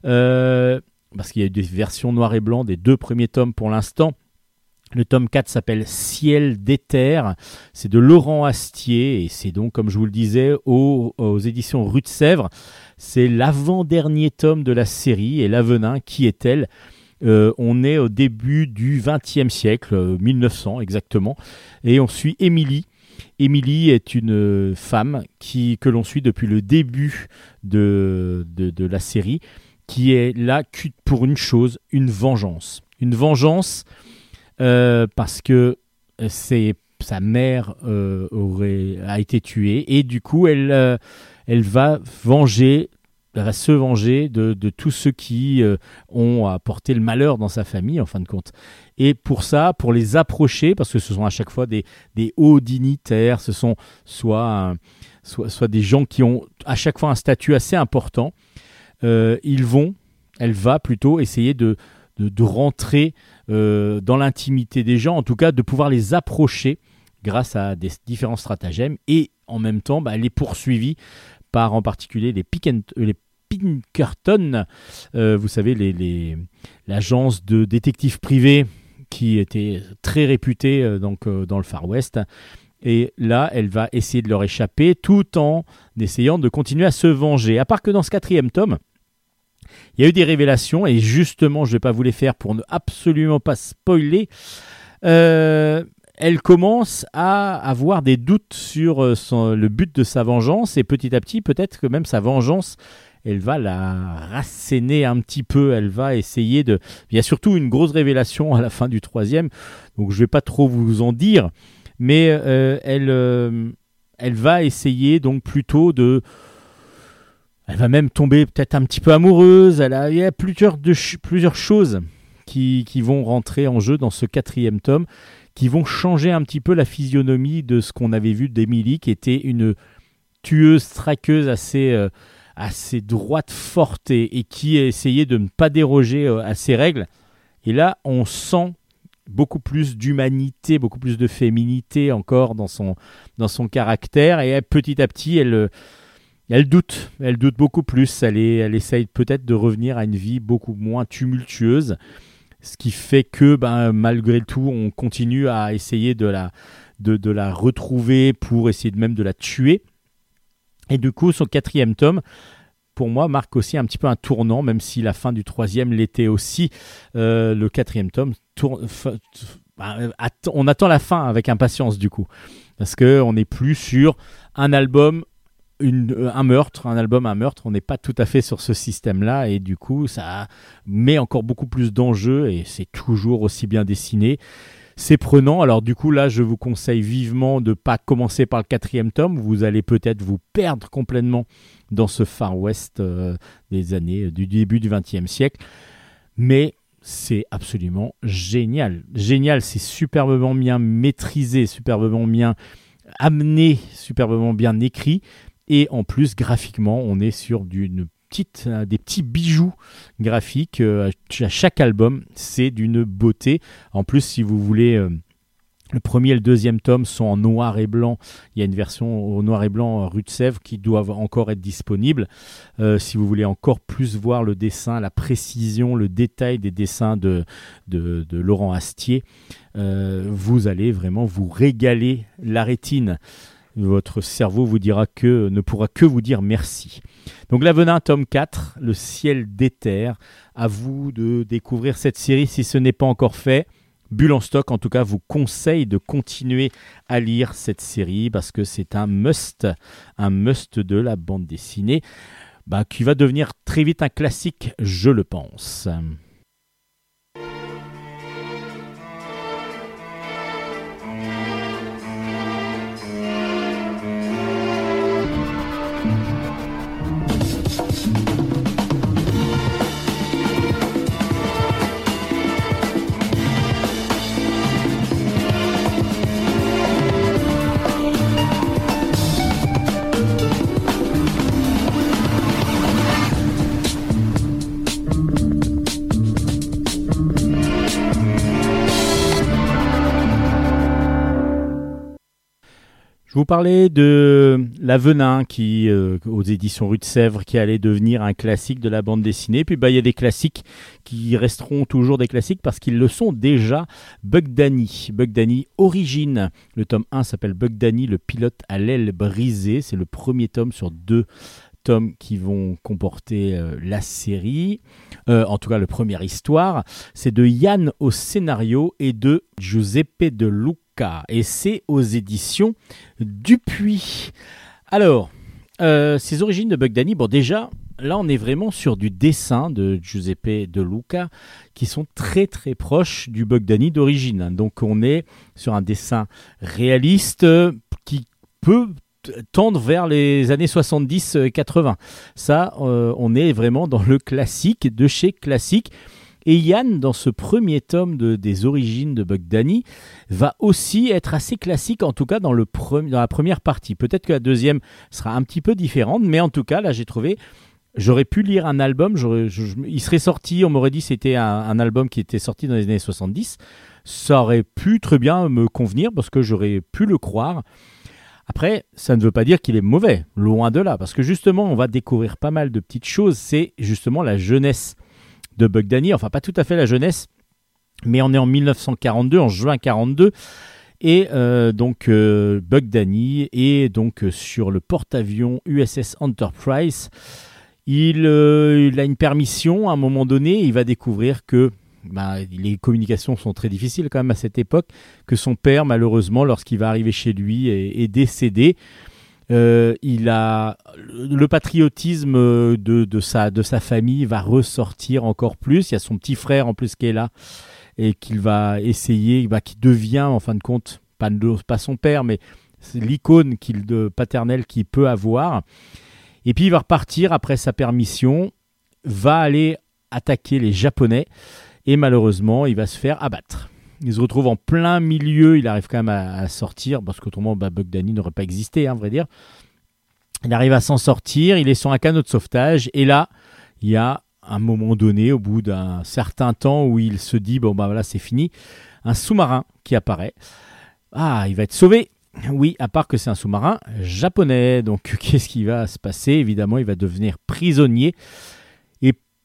euh, parce qu'il y a eu des versions noir et blanc des deux premiers tomes pour l'instant. Le tome quatre s'appelle Ciel d'éther, c'est de Laurent Astier et c'est donc, comme je vous le disais, aux, aux éditions Rue de Sèvres. C'est l'avant-dernier tome de la série, et l'Avenin, qui est-elle ? Euh, on est au début du vingtième siècle, euh, mille neuf cents exactement, et on suit Émilie. Émilie est une euh, femme qui, que l'on suit depuis le début de, de, de la série, qui est là pour une chose, une vengeance. Une vengeance euh, parce que c'est, sa mère euh, aurait, a été tuée, et du coup elle, euh, elle va venger Elle va se venger de, de tous ceux qui euh, ont apporté le malheur dans sa famille, en fin de compte. Et pour ça, pour les approcher, parce que ce sont à chaque fois des, des hauts dignitaires, ce sont soit, soit, soit des gens qui ont à chaque fois un statut assez important, euh, ils vont, elle va plutôt essayer de, de, de rentrer euh, dans l'intimité des gens, en tout cas de pouvoir les approcher grâce à des différents stratagèmes, et en même temps, bah, elle est poursuivie par en particulier les, Pickent, les Pinkerton, euh, vous savez, les, les, l'agence de détectives privés qui était très réputée euh, donc, euh, dans le Far West. Et là, elle va essayer de leur échapper tout en essayant de continuer à se venger. À part que dans ce quatrième tome, il y a eu des révélations, et justement, je ne vais pas vous les faire pour ne absolument pas spoiler. Euh, elle commence à avoir des doutes sur son, le but de sa vengeance, et petit à petit, peut-être que même sa vengeance, elle va la rasséner un petit peu, elle va essayer de... Il y a surtout une grosse révélation à la fin du troisième, donc je ne vais pas trop vous en dire, mais euh, elle, euh, elle va essayer donc plutôt de... Elle va même tomber peut-être un petit peu amoureuse, elle a, il y a plusieurs, de, plusieurs choses qui, qui vont rentrer en jeu dans ce quatrième tome, qui vont changer un petit peu la physionomie de ce qu'on avait vu d'Émilie, qui était une tueuse, traqueuse assez, euh, assez droite, forte, et, et qui essayait de ne pas déroger euh, à ses règles. Et là, on sent beaucoup plus d'humanité, beaucoup plus de féminité encore dans son, dans son caractère, et elle, petit à petit, elle, elle doute, elle doute beaucoup plus, elle, est, elle essaye peut-être de revenir à une vie beaucoup moins tumultueuse. ce qui fait que ben, malgré tout, on continue à essayer de la, de, de la retrouver pour essayer de même de la tuer. Et du coup, son quatrième tome, pour moi, marque aussi un petit peu un tournant, même si la fin du troisième l'était aussi. Euh, le quatrième tome, tour... on attend la fin avec impatience du coup, parce qu'on n'est plus sur un album, une, un meurtre, un album, un meurtre. On n'est pas tout à fait sur ce système-là, et du coup, ça met encore beaucoup plus d'enjeux, et c'est toujours aussi bien dessiné. C'est prenant. Alors du coup, là, je vous conseille vivement de ne pas commencer par le quatrième tome. Vous allez peut-être vous perdre complètement dans ce Far West euh, des années du début du vingtième siècle. Mais c'est absolument génial. Génial, c'est superbement bien maîtrisé, superbement bien amené, superbement bien écrit. Et en plus, graphiquement, on est sur d'une petite, euh, des petits bijoux graphiques euh, à chaque album. C'est d'une beauté. En plus, si vous voulez... Euh, le premier et le deuxième tome sont en noir et blanc. Il y a une version au noir et blanc rue de Sèvres qui doivent encore être disponibles. Euh, si vous voulez encore plus voir le dessin, la précision, le détail des dessins de, de, de Laurent Astier, euh, vous allez vraiment vous régaler la rétine. Votre cerveau vous dira que, ne pourra que vous dire merci. Donc L'Avenin, tome quatre, Le ciel d'éther. À vous de découvrir cette série si ce n'est pas encore fait. Bulle en stock, en tout cas, vous conseille de continuer à lire cette série parce que c'est un must, un must de la bande dessinée bah, qui va devenir très vite un classique, je le pense. Je vous parlais de L'Avenin qui, euh, aux éditions Rue de Sèvres, qui allait devenir un classique de la bande dessinée. Puis bah, il y a des classiques qui resteront toujours des classiques parce qu'ils le sont déjà. Bug Danny, Bug Danny Origine. Le tome un s'appelle Bug Danny, le pilote à l'aile brisée. C'est le premier tome sur deux tomes qui vont comporter euh, la série. Euh, en tout cas, la première histoire. C'est de Yann au scénario et de Giuseppe De Luca. Et c'est aux éditions Dupuis. Alors, euh, ces origines de Bug Danny, bon déjà, là on est vraiment sur du dessin de Giuseppe De Luca qui sont très très proches du Bug Danny d'origine. Donc on est sur un dessin réaliste euh, qui peut tendre vers les années soixante-dix quatre-vingts. Ça, euh, on est vraiment dans le classique de chez Classique. Et Yann, dans ce premier tome de, des origines de Bug Danny, va aussi être assez classique, en tout cas dans, le pre- dans la première partie. Peut-être que la deuxième sera un petit peu différente, mais en tout cas, là, j'ai trouvé... J'aurais pu lire un album, j'aurais, je, il serait sorti, on m'aurait dit que c'était un, un album qui était sorti dans les années soixante-dix. Ça aurait pu très bien me convenir, parce que j'aurais pu le croire. Après, ça ne veut pas dire qu'il est mauvais, loin de là, parce que justement, on va découvrir pas mal de petites choses. C'est justement la jeunesse de Bug Danny, enfin pas tout à fait la jeunesse, mais on est en dix-neuf cent quarante-deux, en juin quarante-deux, et euh, donc euh, Bug Danny est donc sur le porte-avions U S S Enterprise. Il, euh, il a une permission à un moment donné, il va découvrir que bah, les communications sont très difficiles quand même à cette époque, que son père malheureusement lorsqu'il va arriver chez lui est, est décédé. Euh, il a le patriotisme de, de, sa, de sa famille va ressortir encore plus. Il y a son petit frère en plus qui est là et qu'il va essayer, bah, qui devient en fin de compte pas, pas son père, mais c'est l'icône qu'il, de, paternelle qu'il peut avoir. Et puis il va repartir après sa permission, va aller attaquer les Japonais et malheureusement il va se faire abattre. Il se retrouve en plein milieu, il arrive quand même à, à sortir, parce qu'autrement bah, Bug Danny n'aurait pas existé, hein, vrai dire. Il arrive à s'en sortir, il est sur un canot de sauvetage, et là, il y a un moment donné, au bout d'un certain temps, où il se dit, bon bah voilà, c'est fini, un sous-marin qui apparaît. Ah, il va être sauvé. Oui, à part que c'est un sous-marin japonais, donc qu'est-ce qui va se passer ? Évidemment, il va devenir prisonnier. Et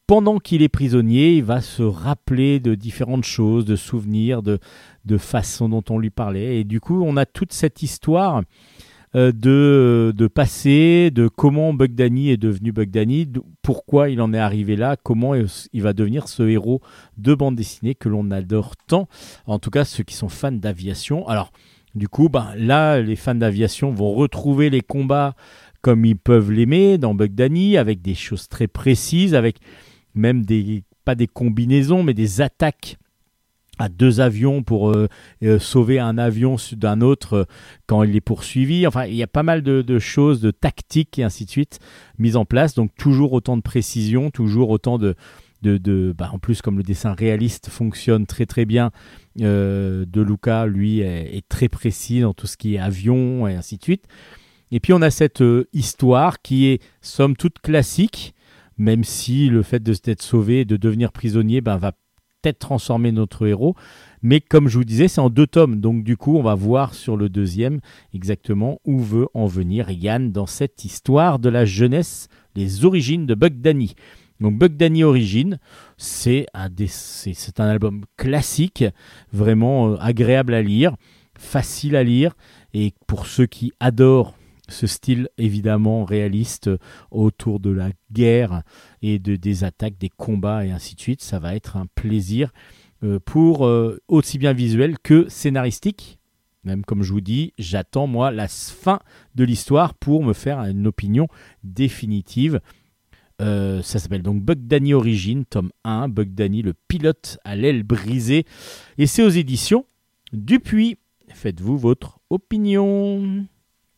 pendant qu'il est prisonnier, il va se rappeler de différentes choses, de souvenirs, de, de façon dont on lui parlait. Et du coup, on a toute cette histoire euh, de, de passé, de comment Buck Danny est devenu Buck Danny, de, pourquoi il en est arrivé là, comment il va devenir ce héros de bande dessinée que l'on adore tant. En tout cas, ceux qui sont fans d'aviation. Alors, du coup, ben, là, les fans d'aviation vont retrouver les combats comme ils peuvent l'aimer dans Buck Danny, avec des choses très précises, avec même des, pas des combinaisons, mais des attaques à deux avions pour euh, euh, sauver un avion d'un autre euh, quand il est poursuivi. Enfin, il y a pas mal de, de choses, de tactiques et ainsi de suite mises en place. Donc, toujours autant de précision, toujours autant de... de, de bah, en plus, comme le dessin réaliste fonctionne très très bien, euh, De Luca, lui, est, est très précis dans tout ce qui est avion et ainsi de suite. Et puis, on a cette euh, histoire qui est, somme toute, classique, même si le fait de s'être sauvé et de devenir prisonnier ben, va peut-être transformer notre héros. Mais comme je vous disais, c'est en deux tomes. Donc du coup, on va voir sur le deuxième exactement où veut en venir Yann dans cette histoire de la jeunesse, les origines de Buck Danny. Donc Buck Danny Origins, c'est un, des, c'est, c'est un album classique, vraiment euh, agréable à lire, facile à lire. Et pour ceux qui adorent ce style évidemment réaliste autour de la guerre et de, des attaques, des combats et ainsi de suite, ça va être un plaisir euh, pour euh, aussi bien visuel que scénaristique. Même comme je vous dis, j'attends moi la fin de l'histoire pour me faire une opinion définitive. Euh, ça s'appelle donc Buck Danny Origins, tome un, Buck Danny, le pilote à l'aile brisée. Et c'est aux éditions Dupuis. Faites-vous votre opinion.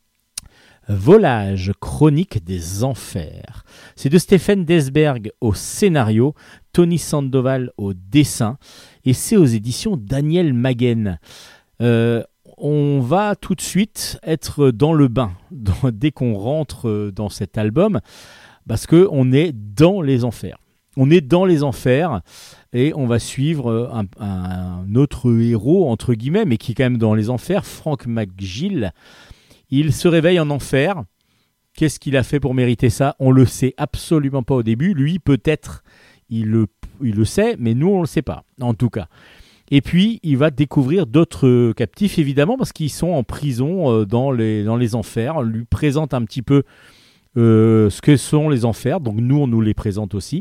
Volage, chronique des enfers. C'est de Stephen Desberg au scénario, Tony Sandoval au dessin, et c'est aux éditions Daniel Maguen. Euh, on va tout de suite être dans le bain dans, dès qu'on rentre dans cet album, parce qu'on est dans les enfers. On est dans les enfers et on va suivre un, un autre héros, entre guillemets, mais qui est quand même dans les enfers, Frank McGill. Il se réveille en enfer. Qu'est-ce qu'il a fait pour mériter ça ? On ne le sait absolument pas au début. Lui, peut-être, il le, il le sait, mais nous, on ne le sait pas, en tout cas. Et puis, il va découvrir d'autres captifs, évidemment, parce qu'ils sont en prison euh, dans, les, dans les enfers. On lui présente un petit peu euh, ce que sont les enfers. Donc, nous, on nous les présente aussi.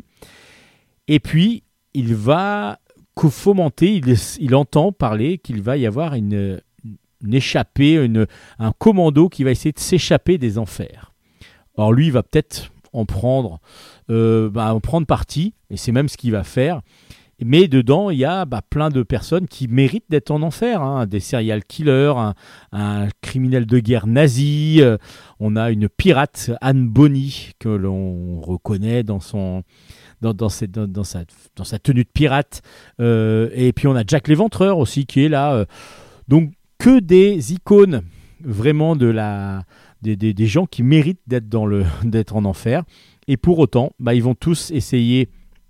Et puis, il va fomenter, il, il entend parler qu'il va y avoir une... une échappée, une, un commando qui va essayer de s'échapper des enfers. Alors lui, il va peut-être en prendre, euh, bah, en prendre parti, et c'est même ce qu'il va faire. Mais dedans, il y a bah, plein de personnes qui méritent d'être en enfer. Hein. Des serial killers, un, un criminel de guerre nazi, euh, on a une pirate, Anne Bonny, que l'on reconnaît dans son... Dans, dans, cette, dans, dans, sa, dans sa tenue de pirate. Euh, et puis on a Jack l'Éventreur aussi qui est là. Euh, donc, que des icônes vraiment de la, des, des, des gens qui méritent d'être, dans le, d'être en enfer. Et pour autant, bah, ils vont tous essayer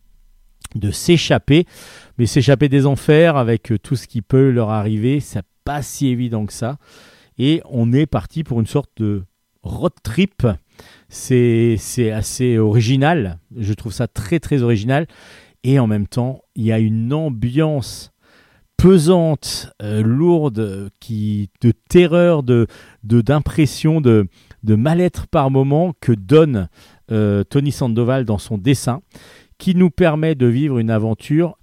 de s'échapper. Mais s'échapper des enfers avec tout ce qui peut leur arriver, c'est pas si évident que ça. Et on est parti pour une sorte de road trip. C'est, c'est assez original. Je trouve ça très très original. Et en même temps, il y a une ambiance pesante, euh, lourde, qui, de terreur, de, de, d'impression, de, de mal-être par moment que donne euh, Tony Sandoval dans son dessin, qui nous permet de vivre une aventure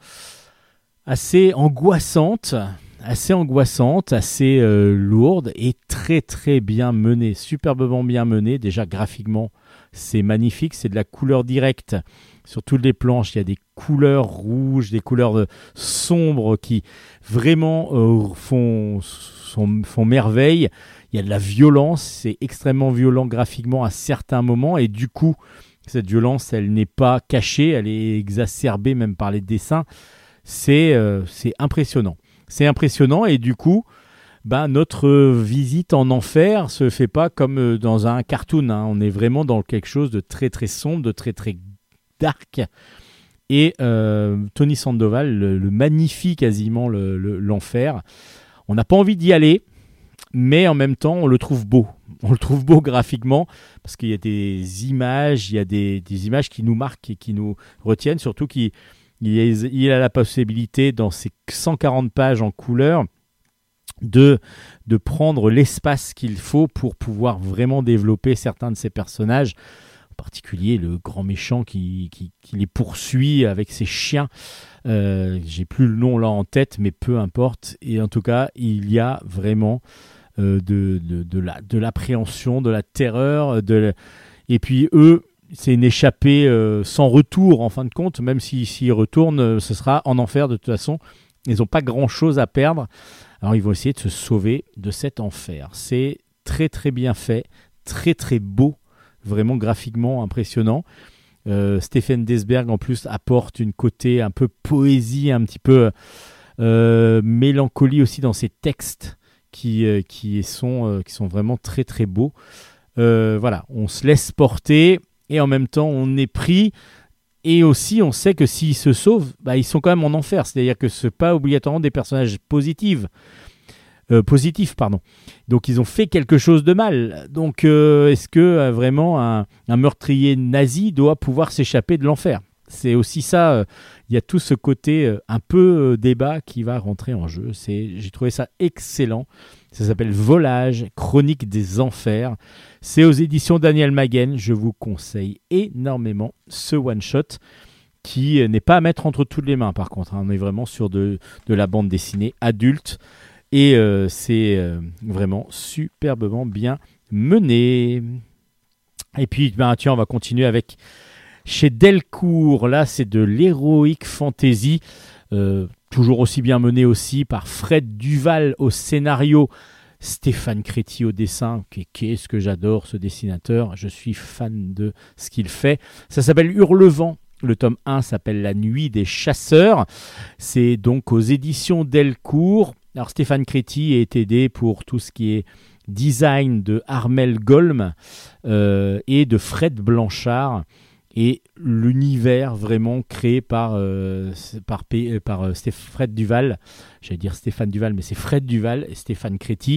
assez angoissante, assez angoissante, assez euh, lourde et très très bien menée, superbement bien menée. Déjà graphiquement, c'est magnifique, c'est de la couleur directe. Sur toutes les planches, il y a des couleurs rouges, des couleurs euh, sombres qui vraiment euh, font, sont, font merveille. Il y a de la violence, c'est extrêmement violent graphiquement à certains moments. Et du coup, cette violence, elle n'est pas cachée, elle est exacerbée même par les dessins. C'est, euh, c'est impressionnant. C'est impressionnant et du coup, ben, notre visite en enfer se fait pas comme dans un cartoon. Hein. On est vraiment dans quelque chose de très très sombre, de très très dark. Et euh, Tony Sandoval le, le magnifie quasiment le, le, l'enfer. On n'a pas envie d'y aller, mais en même temps, on le trouve beau. On le trouve beau graphiquement parce qu'il y a des images, il y a des, des images qui nous marquent et qui nous retiennent, surtout qu'il il a, il a la possibilité dans ces cent quarante pages en couleur de, de prendre l'espace qu'il faut pour pouvoir vraiment développer certains de ces personnages, en particulier le grand méchant qui, qui, qui les poursuit avec ses chiens. Euh, j'ai plus le nom là en tête, mais peu importe. Et en tout cas, il y a vraiment euh, de, de, de, la, de l'appréhension, de la terreur. De la... Et puis eux, c'est une échappée euh, sans retour en fin de compte. Même s'ils s'y retournent, euh, ce sera en enfer de toute façon. Ils n'ont pas grand-chose à perdre. Alors ils vont essayer de se sauver de cet enfer. C'est très très bien fait, très très beau, vraiment graphiquement impressionnant. Euh, Stefan Desberg en plus apporte une côté un peu poésie, un petit peu euh, mélancolie aussi dans ses textes qui, euh, qui, sont, euh, qui sont vraiment très très beaux. Euh, voilà, on se laisse porter et en même temps on est pris. Et aussi, on sait que s'ils se sauvent, bah, ils sont quand même en enfer. C'est-à-dire que ce n'est pas obligatoirement des personnages positifs. Euh, positifs, pardon. Donc, ils ont fait quelque chose de mal. Donc, euh, est-ce que euh, vraiment un, un meurtrier nazi doit pouvoir s'échapper de l'enfer ? C'est aussi ça. Il euh, y a tout ce côté euh, un peu euh, débat qui va rentrer en jeu. C'est, j'ai trouvé ça excellent. Ça s'appelle Volage, Chronique des Enfers. C'est aux éditions Daniel Maguen. Je vous conseille énormément ce one-shot qui n'est pas à mettre entre toutes les mains par contre. Hein. On est vraiment sur de, de la bande dessinée adulte et euh, c'est euh, vraiment superbement bien mené. Et puis, ben, tiens, on va continuer avec chez Delcourt. Là, c'est de l'heroic fantasy. Euh, toujours aussi bien mené aussi par Fred Duval au scénario, Stéphane Créti au dessin. Qu'est-ce que j'adore ce dessinateur, je suis fan de ce qu'il fait. Ça s'appelle Hurlevent, le tome un s'appelle La Nuit des Chasseurs. C'est donc aux éditions Delcourt. Alors Stéphane Créti est aidé pour tout ce qui est design de Armel Golm euh, et de Fred Blanchard. Et l'univers vraiment créé par, euh, par, par euh, Fred Duval, j'allais dire Stéphane Duval, mais c'est Fred Duval et Stéphane Créti,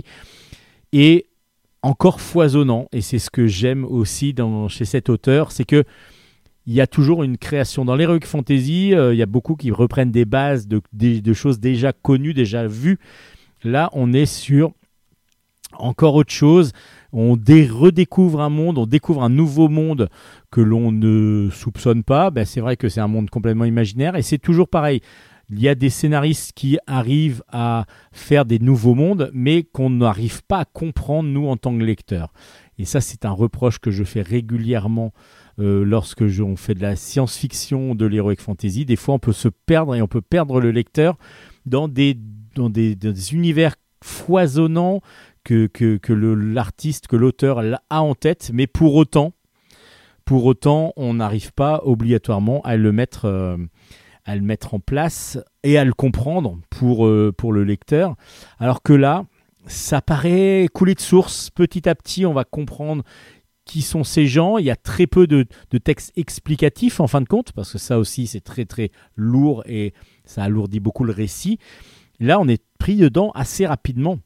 est encore foisonnant. Et c'est ce que j'aime aussi dans, chez cet auteur, c'est que il y a toujours une création. Dans l'heroic fantasy, euh, il y a beaucoup qui reprennent des bases de, de, de choses déjà connues, déjà vues. Là, on est sur encore autre chose. On dé- redécouvre un monde, on découvre un nouveau monde que l'on ne soupçonne pas. Ben, c'est vrai que c'est un monde complètement imaginaire et c'est toujours pareil. Il y a des scénaristes qui arrivent à faire des nouveaux mondes, mais qu'on n'arrive pas à comprendre, nous, en tant que lecteurs. Et ça, c'est un reproche que je fais régulièrement euh, lorsque je, on fait de la science-fiction, de l'heroic fantasy. Des fois, on peut se perdre et on peut perdre le lecteur dans des, dans des, dans des univers foisonnants que, que, que le, l'artiste, que l'auteur a en tête, mais pour autant, pour autant on n'arrive pas obligatoirement à le mettre, euh, à le mettre en place et à le comprendre pour, euh, pour le lecteur. Alors que là, ça paraît couler de source. Petit à petit, on va comprendre qui sont ces gens. Il y a très peu de, de textes explicatifs en fin de compte, parce que ça aussi, c'est très très lourd et ça alourdit beaucoup le récit. Là, on est pris dedans assez rapidement.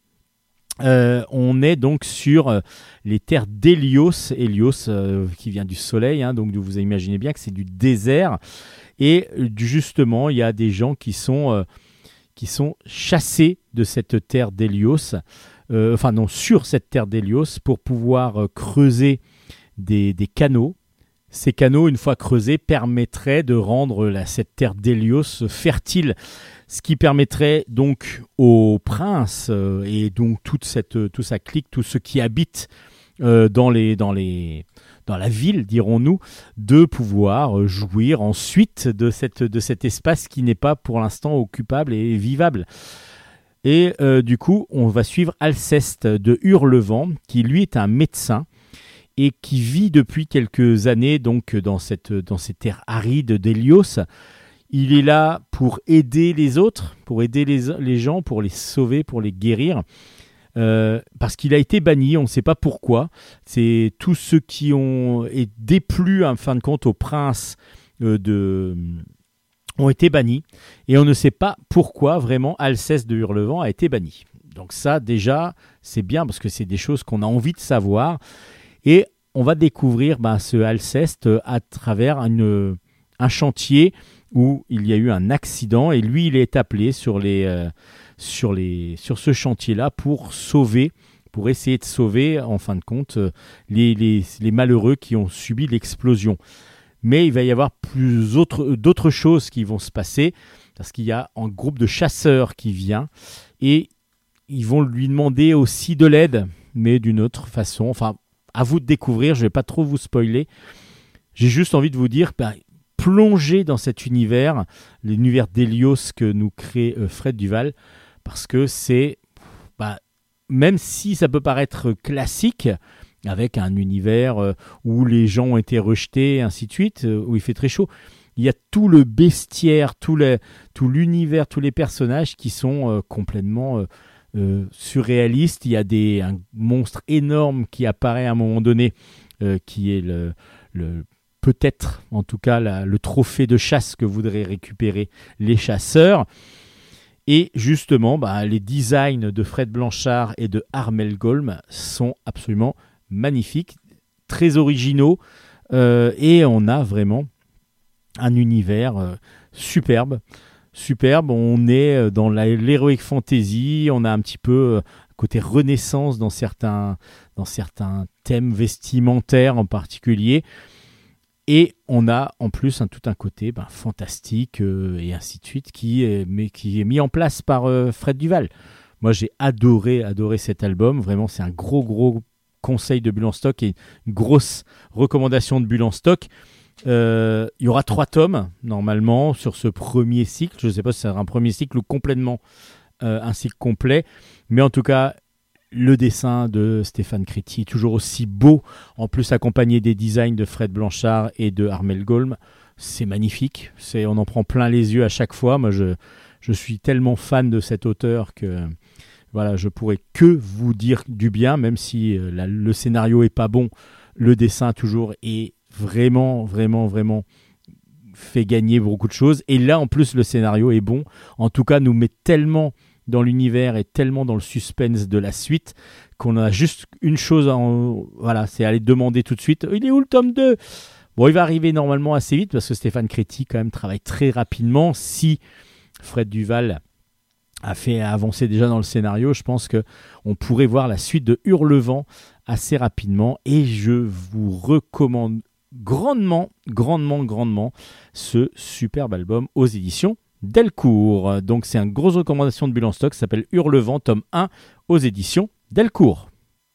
Euh, on est donc sur euh, les terres d'Hélios, Hélios euh, qui vient du soleil, hein, donc vous imaginez bien que c'est du désert. Et euh, justement, il y a des gens qui sont, euh, qui sont chassés de cette terre d'Hélios, euh, enfin non, sur cette terre d'Hélios pour pouvoir euh, creuser des, des canaux. Ces canaux, une fois creusés, permettraient de rendre la, cette terre d'Hélios fertile. Ce qui permettrait donc au prince euh, et donc toute cette, toute sa clique, tous ceux qui habitent euh, dans, les, dans, les, dans la ville, dirons-nous, de pouvoir jouir ensuite de, cette, de cet espace qui n'est pas pour l'instant occupable et vivable. Et euh, du coup, on va suivre Alceste de Hurlevent, qui lui est un médecin et qui vit depuis quelques années donc, dans, cette, dans ces terres arides d'Hélios. Il est là pour aider les autres, pour aider les, les gens, pour les sauver, pour les guérir. Euh, parce qu'il a été banni, on ne sait pas pourquoi. C'est tous ceux qui ont été déplu, en fin de compte, au prince euh, de, ont été bannis. Et on ne sait pas pourquoi, vraiment, Alceste de Hurlevent a été banni. Donc ça, déjà, c'est bien parce que c'est des choses qu'on a envie de savoir. Et on va découvrir bah, ce Alceste à travers une, un chantier où il y a eu un accident et lui, il est appelé sur, les, euh, sur, les, sur ce chantier-là pour sauver, pour essayer de sauver, en fin de compte, les, les, les malheureux qui ont subi l'explosion. Mais il va y avoir plus autre, d'autres choses qui vont se passer parce qu'il y a un groupe de chasseurs qui vient et ils vont lui demander aussi de l'aide, mais d'une autre façon. Enfin, à vous de découvrir, je ne vais pas trop vous spoiler. J'ai juste envie de vous dire, bah, plongez dans cet univers, l'univers d'Hélios que nous crée euh, Fred Duval, parce que c'est, bah, même si ça peut paraître classique, avec un univers euh, où les gens ont été rejetés, ainsi de suite, euh, où il fait très chaud, il y a tout le bestiaire, tout, les, tout l'univers, tous les personnages qui sont euh, complètement euh, euh, surréalistes. Il y a des, un monstre énorme qui apparaît à un moment donné, euh, qui est le, le, peut-être, en tout cas, la, le trophée de chasse que voudraient récupérer les chasseurs. Et justement, bah, les designs de Fred Blanchard et de Armel Golm sont absolument magnifiques, très originaux, euh, et on a vraiment un univers euh, superbe. Superbe, on est dans la, l'heroic fantasy, on a un petit peu euh, côté renaissance dans certains, dans certains thèmes vestimentaires en particulier. Et on a en plus un, tout un côté ben, fantastique euh, et ainsi de suite qui est, mais, qui est mis en place par euh, Fred Duval. Moi, j'ai adoré, adoré cet album. Vraiment, c'est un gros, gros conseil de Bulle en Stock et une grosse recommandation de Bulle en Stock. Euh, il y aura trois tomes, normalement, sur ce premier cycle. Je ne sais pas si c'est un premier cycle ou complètement euh, un cycle complet. Mais en tout cas, le dessin de Stéphane Créti est toujours aussi beau, en plus accompagné des designs de Fred Blanchard et de Armel Golm. C'est magnifique, c'est, on en prend plein les yeux à chaque fois. Moi, je, je suis tellement fan de cet auteur que voilà, je pourrais que vous dire du bien, même si euh, la, le scénario est pas bon, le dessin toujours est vraiment, vraiment, vraiment fait gagner beaucoup de choses. Et là, en plus, le scénario est bon. En tout cas, nous met tellement dans l'univers et tellement dans le suspense de la suite qu'on a juste une chose à en, voilà, c'est aller demander tout de suite, il est où le tome deux? Bon, il va arriver normalement assez vite parce que Stéphane Créti quand même travaille très rapidement. Si Fred Duval a fait avancer déjà dans le scénario, je pense qu'on pourrait voir la suite de Hurlevent assez rapidement et je vous recommande grandement, grandement, grandement ce superbe album aux éditions Delcourt. Donc c'est une grosse recommandation de Bulle en Stock, ça s'appelle Hurlevent, tome un aux éditions Delcourt.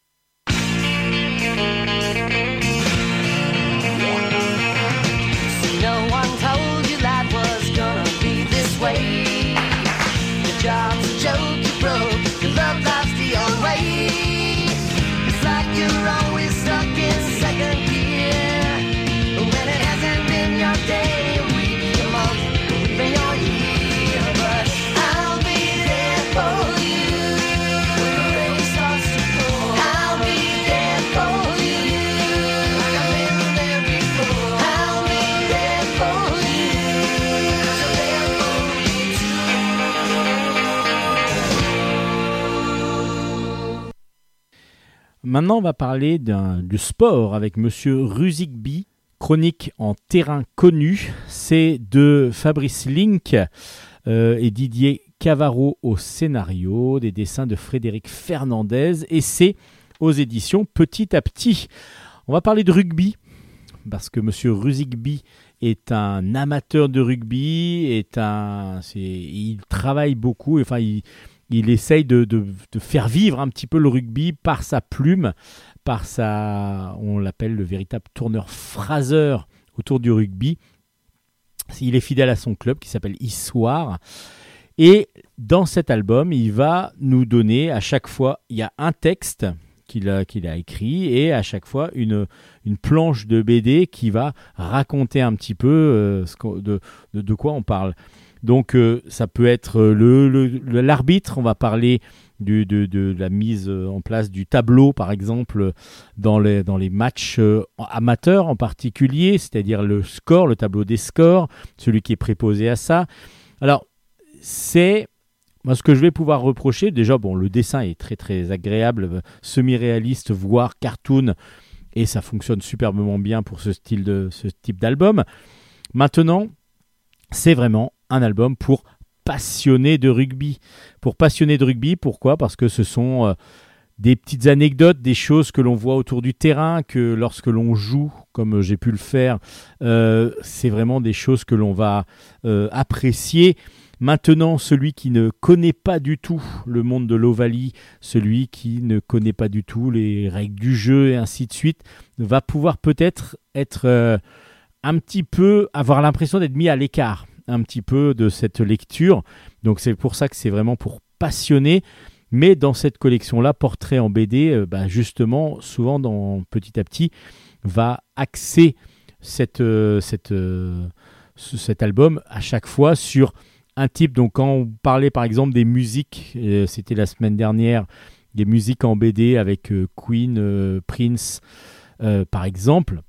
Maintenant, on va parler d'un, du sport avec Monsieur Ruzigby, chronique en terrain connu. C'est de Fabrice Link euh, et Didier Cavaro au scénario, des dessins de Frédéric Fernandez et c'est aux éditions Petit à Petit. On va parler de rugby parce que Monsieur Ruzigby est un amateur de rugby, est un, c'est, il travaille beaucoup, enfin il Il essaye de, de, de faire vivre un petit peu le rugby par sa plume, par sa, on l'appelle le véritable tourneur phraseur autour du rugby. Il est fidèle à son club qui s'appelle Issoire. Et dans cet album, il va nous donner à chaque fois, il y a un texte qu'il a, qu'il a écrit et à chaque fois une, une planche de B D qui va raconter un petit peu euh, ce de, de, de quoi on parle. Donc euh, ça peut être le, le, le, l'arbitre, on va parler du, de, de la mise en place du tableau par exemple dans les, dans les matchs euh, amateurs en particulier, c'est-à-dire le score, le tableau des scores, celui qui est préposé à ça. Alors c'est, moi, ce que je vais pouvoir reprocher, déjà, bon, le dessin est très très agréable, semi-réaliste, voire cartoon, et ça fonctionne superbement bien pour ce style de ce type d'album. Maintenant, c'est vraiment un album pour passionnés de rugby. Pour passionnés de rugby, pourquoi ? Parce que ce sont euh, des petites anecdotes, des choses que l'on voit autour du terrain, que lorsque l'on joue, comme j'ai pu le faire, euh, c'est vraiment des choses que l'on va euh, apprécier. Maintenant, celui qui ne connaît pas du tout le monde de l'Ovalie, celui qui ne connaît pas du tout les règles du jeu et ainsi de suite, va pouvoir peut-être être euh, un petit peu, avoir l'impression d'être mis à l'écart un petit peu de cette lecture. Donc c'est pour ça que c'est vraiment pour passionnés. Mais dans cette collection-là, Portrait en B D, euh, bah justement, souvent, dans, petit à petit, va axer cette, euh, cette, euh, ce, cet album à chaque fois sur un type. Donc quand on parlait par exemple des musiques, euh, c'était la semaine dernière, des musiques en B D avec euh, Queen, euh, Prince, euh, par exemple,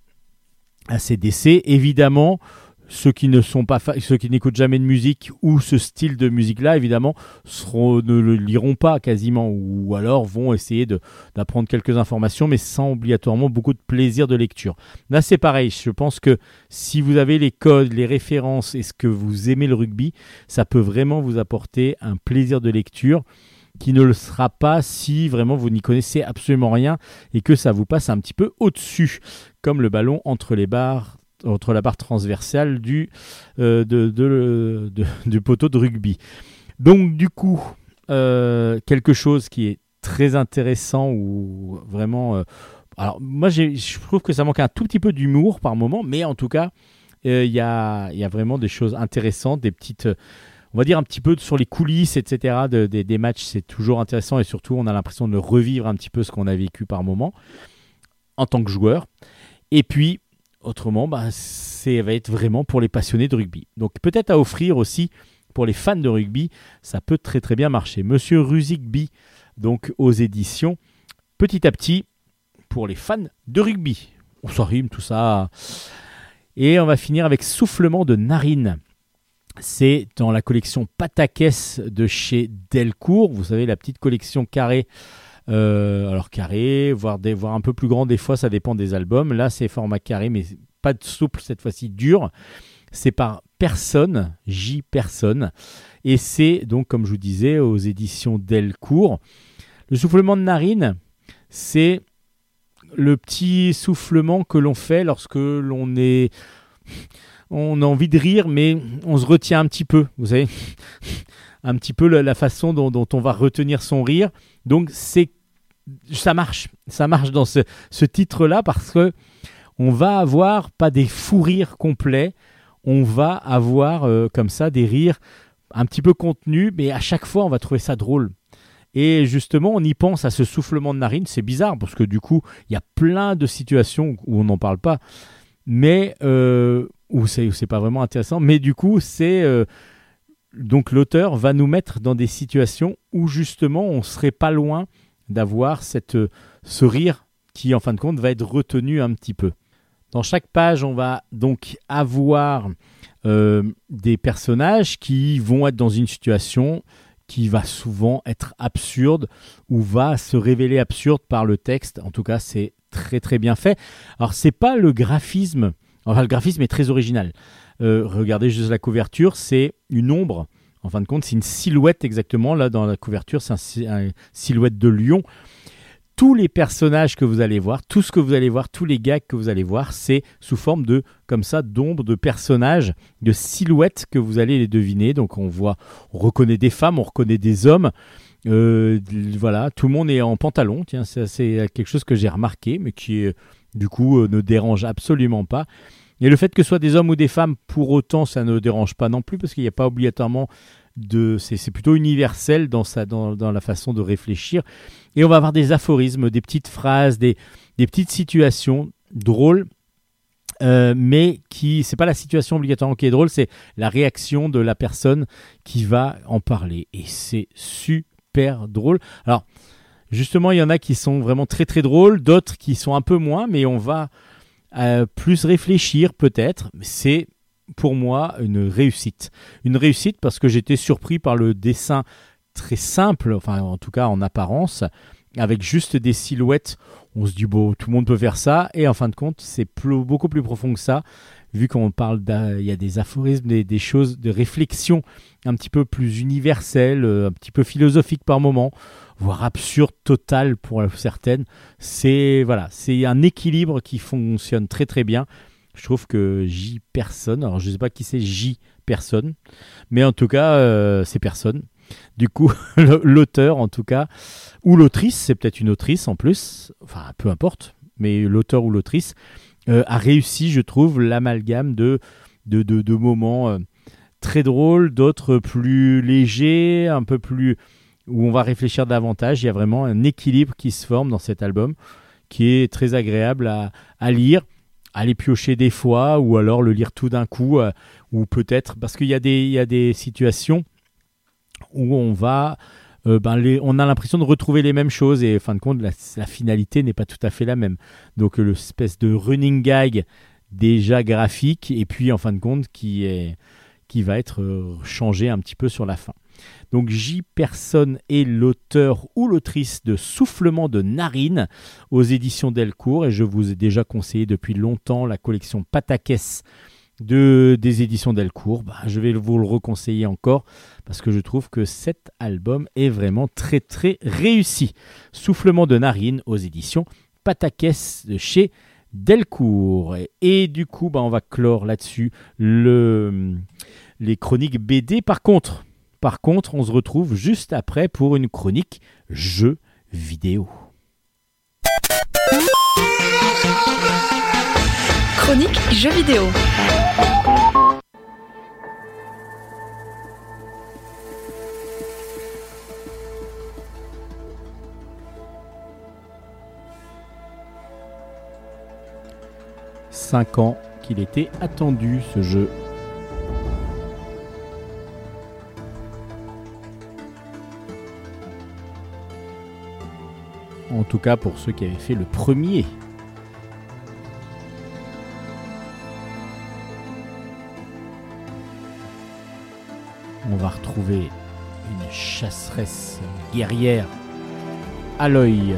A C D C, évidemment, ceux qui ne sont pas fa- ceux qui n'écoutent jamais de musique ou ce style de musique-là, évidemment, seront, ne le liront pas quasiment, ou alors vont essayer de, d'apprendre quelques informations, mais sans obligatoirement beaucoup de plaisir de lecture. Là, c'est pareil. Je pense que si vous avez les codes, les références et ce que vous aimez le rugby, ça peut vraiment vous apporter un plaisir de lecture qui ne le sera pas si vraiment vous n'y connaissez absolument rien et que ça vous passe un petit peu au-dessus, comme le ballon entre les barres, entre la barre transversale du, euh, de, de, de, du poteau de rugby. Donc du coup, euh, quelque chose qui est très intéressant ou vraiment... Euh, alors moi, j'ai, je trouve que ça manque un tout petit peu d'humour par moment, mais en tout cas, il euh, y, a, y a vraiment des choses intéressantes, des petites... On va dire un petit peu sur les coulisses, et cetera de, de, des matchs, c'est toujours intéressant et surtout, on a l'impression de revivre un petit peu ce qu'on a vécu par moment en tant que joueur. Et puis, autrement, bah, ça va être vraiment pour les passionnés de rugby. Donc peut-être à offrir aussi pour les fans de rugby, ça peut très très bien marcher. Monsieur Ruzigby, donc aux éditions, petit à petit, pour les fans de rugby. On s'en rime, tout ça. Et on va finir avec Soufflement de narine. C'est dans la collection Pataquès de chez Delcourt. Vous savez, la petite collection carrée. Euh, alors carré, voire, des, voire un peu plus grand des fois, ça dépend des albums. Là, c'est format carré, mais pas de souple, cette fois-ci dur. C'est par Personne, J. Personne. Et c'est donc, comme je vous disais, aux éditions Delcourt. Le soufflement de narine, c'est le petit soufflement que l'on fait lorsque l'on est... On a envie de rire, mais on se retient un petit peu, vous savez, un petit peu la, la façon dont, dont on va retenir son rire. Donc, c'est, ça marche, ça marche dans ce, ce titre-là parce que on va avoir pas des fous rires complets, on va avoir euh, comme ça des rires un petit peu contenus, mais à chaque fois, on va trouver ça drôle. Et justement, on y pense à ce soufflement de narine, c'est bizarre parce que du coup, il y a plein de situations où on n'en parle pas, mais... Euh, où c'est, où c'est pas vraiment intéressant, mais du coup, c'est euh, donc l'auteur va nous mettre dans des situations où justement, on serait pas loin d'avoir cette, ce rire qui, en fin de compte, va être retenu un petit peu. Dans chaque page, on va donc avoir euh, des personnages qui vont être dans une situation qui va souvent être absurde ou va se révéler absurde par le texte. En tout cas, c'est très très bien fait. Alors, c'est pas le graphisme. Enfin, le graphisme est très original. Euh, regardez juste la couverture, c'est une ombre. En fin de compte, c'est une silhouette exactement. Là, dans la couverture, c'est un, un silhouette de lion. Tous les personnages que vous allez voir, tout ce que vous allez voir, tous les gags que vous allez voir, c'est sous forme de, comme ça, d'ombres, de personnages, de silhouettes que vous allez les deviner. Donc, on voit, on reconnaît des femmes, on reconnaît des hommes. Euh, voilà, tout le monde est en pantalon. Tiens, c'est, c'est quelque chose que j'ai remarqué, mais qui est... Du coup, euh, ne dérange absolument pas. Et le fait que ce soit des hommes ou des femmes, pour autant, ça ne dérange pas non plus, parce qu'il n'y a pas obligatoirement de... C'est, c'est plutôt universel dans, sa, dans, dans la façon de réfléchir. Et on va avoir des aphorismes, des petites phrases, des, des petites situations drôles, euh, mais qui... C'est pas la situation obligatoirement qui est drôle, c'est la réaction de la personne qui va en parler. Et c'est super drôle. Alors... Justement, il y en a qui sont vraiment très très drôles, d'autres qui sont un peu moins, mais on va euh, plus réfléchir peut-être. C'est pour moi une réussite. Une réussite parce que j'étais surpris par le dessin très simple, enfin en tout cas en apparence, avec juste des silhouettes. On se dit bon, tout le monde peut faire ça, et en fin de compte, c'est plus, beaucoup plus profond que ça, vu qu'on parle, il y a des aphorismes, des, des choses, de réflexion un petit peu plus universelles, un petit peu philosophiques par moment, voire absurde total pour certaines. C'est voilà, c'est un équilibre qui fonctionne très très bien. Je trouve que J personne, alors je ne sais pas qui c'est J personne, mais en tout cas euh, c'est personne. Du coup, l'auteur en tout cas, ou l'autrice, c'est peut-être une autrice en plus, enfin peu importe, mais l'auteur ou l'autrice euh, a réussi, je trouve, l'amalgame de, de, de, de moments euh, très drôles, d'autres plus légers, un peu plus où on va réfléchir davantage. Il y a vraiment un équilibre qui se forme dans cet album qui est très agréable à, à lire, à les piocher des fois, ou alors le lire tout d'un coup, euh, ou peut-être, parce qu'il y a des, il y a des situations où on va, euh, ben les, on a l'impression de retrouver les mêmes choses, et en fin de compte, la, la finalité n'est pas tout à fait la même. Donc l'espèce de running gag déjà graphique, et puis en fin de compte, qui, est, qui va être euh, changé un petit peu sur la fin. Donc J. Personne est l'auteur ou l'autrice de Soufflement de narine aux éditions Delcourt, et je vous ai déjà conseillé depuis longtemps la collection Pataquès de, des éditions Delcourt. Bah, je vais vous le reconseiller encore parce que je trouve que cet album est vraiment très très réussi. Soufflement de narine aux éditions Pataquès de chez Delcourt. Et, et du coup, bah, on va clore là-dessus le, les chroniques B D. Par contre, Par contre, on se retrouve juste après pour une chronique jeux vidéo. Chronique jeux vidéo. Cinq ans qu'il était attendu, ce jeu. En tout cas pour ceux qui avaient fait le premier. On va retrouver une chasseresse guerrière, Aloy.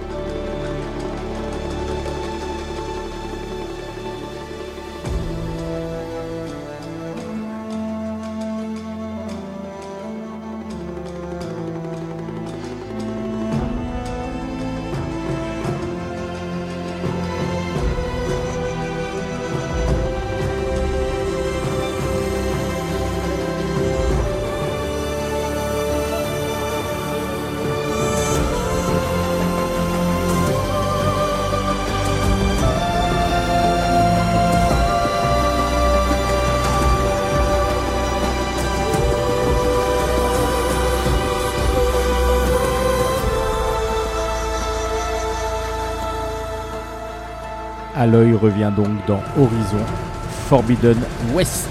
Aloy revient donc dans Horizon Forbidden West.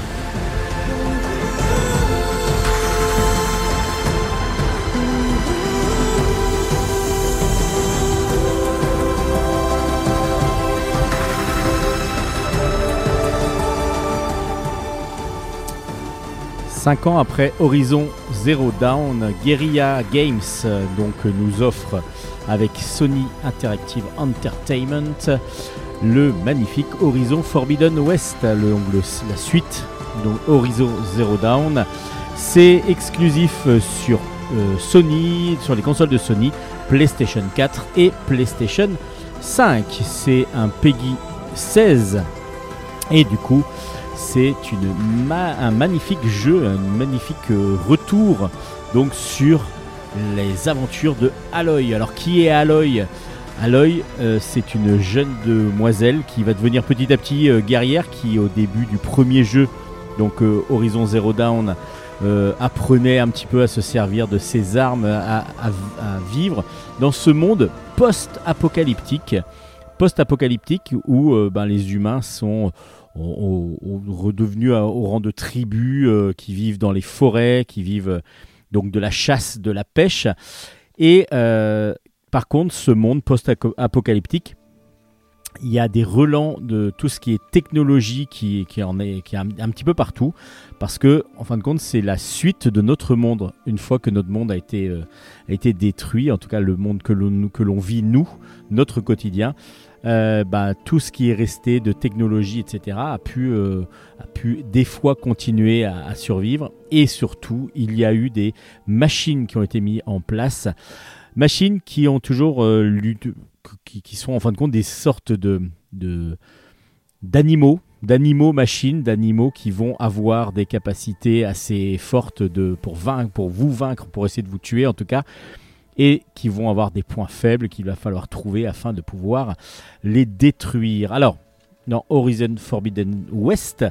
Cinq ans après Horizon Zero Dawn, Guerrilla Games donc nous offre avec Sony Interactive Entertainment le magnifique Horizon Forbidden West, le, le, la suite, donc Horizon Zero Dawn. C'est exclusif sur euh, Sony, sur les consoles de Sony, PlayStation quatre et PlayStation cinq. C'est un Peggy seize et du coup c'est une ma- un magnifique jeu, un magnifique euh, retour donc sur les aventures de Aloy. Alors qui est Aloy ? Aloy, euh, c'est une jeune demoiselle qui va devenir petit à petit euh, guerrière, qui au début du premier jeu, donc euh, Horizon Zero Dawn, euh, apprenait un petit peu à se servir de ses armes, à, à, à vivre dans ce monde post-apocalyptique, post-apocalyptique où euh, ben, les humains sont ont, ont redevenus à, au rang de tribus euh, qui vivent dans les forêts, qui vivent euh, donc de la chasse, de la pêche. Et euh, par contre, ce monde post-apocalyptique Il y a des relents de tout ce qui est technologie qui, qui en est, qui est un, un petit peu partout, parce que, en fin de compte, c'est la suite de notre monde. Une fois que notre monde a été, euh, a été détruit, en tout cas le monde que l'on, que l'on vit, nous, notre quotidien, euh, bah, tout ce qui est resté de technologie, et cetera, a pu, euh, a pu des fois continuer à, à survivre. Et surtout, il y a eu des machines qui ont été mises en place, machines qui ont toujours euh, lutté, Qui, qui sont en fin de compte des sortes de, de d'animaux, d'animaux machines, d'animaux qui vont avoir des capacités assez fortes de, pour, vaincre, pour vous vaincre, pour essayer de vous tuer en tout cas, et qui vont avoir des points faibles qu'il va falloir trouver afin de pouvoir les détruire. Alors, dans Horizon Forbidden West,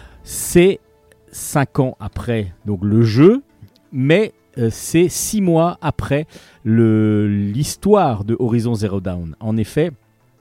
c'est cinq ans après donc, le jeu, mais c'est six mois après le, l'histoire de Horizon Zero Dawn. En effet,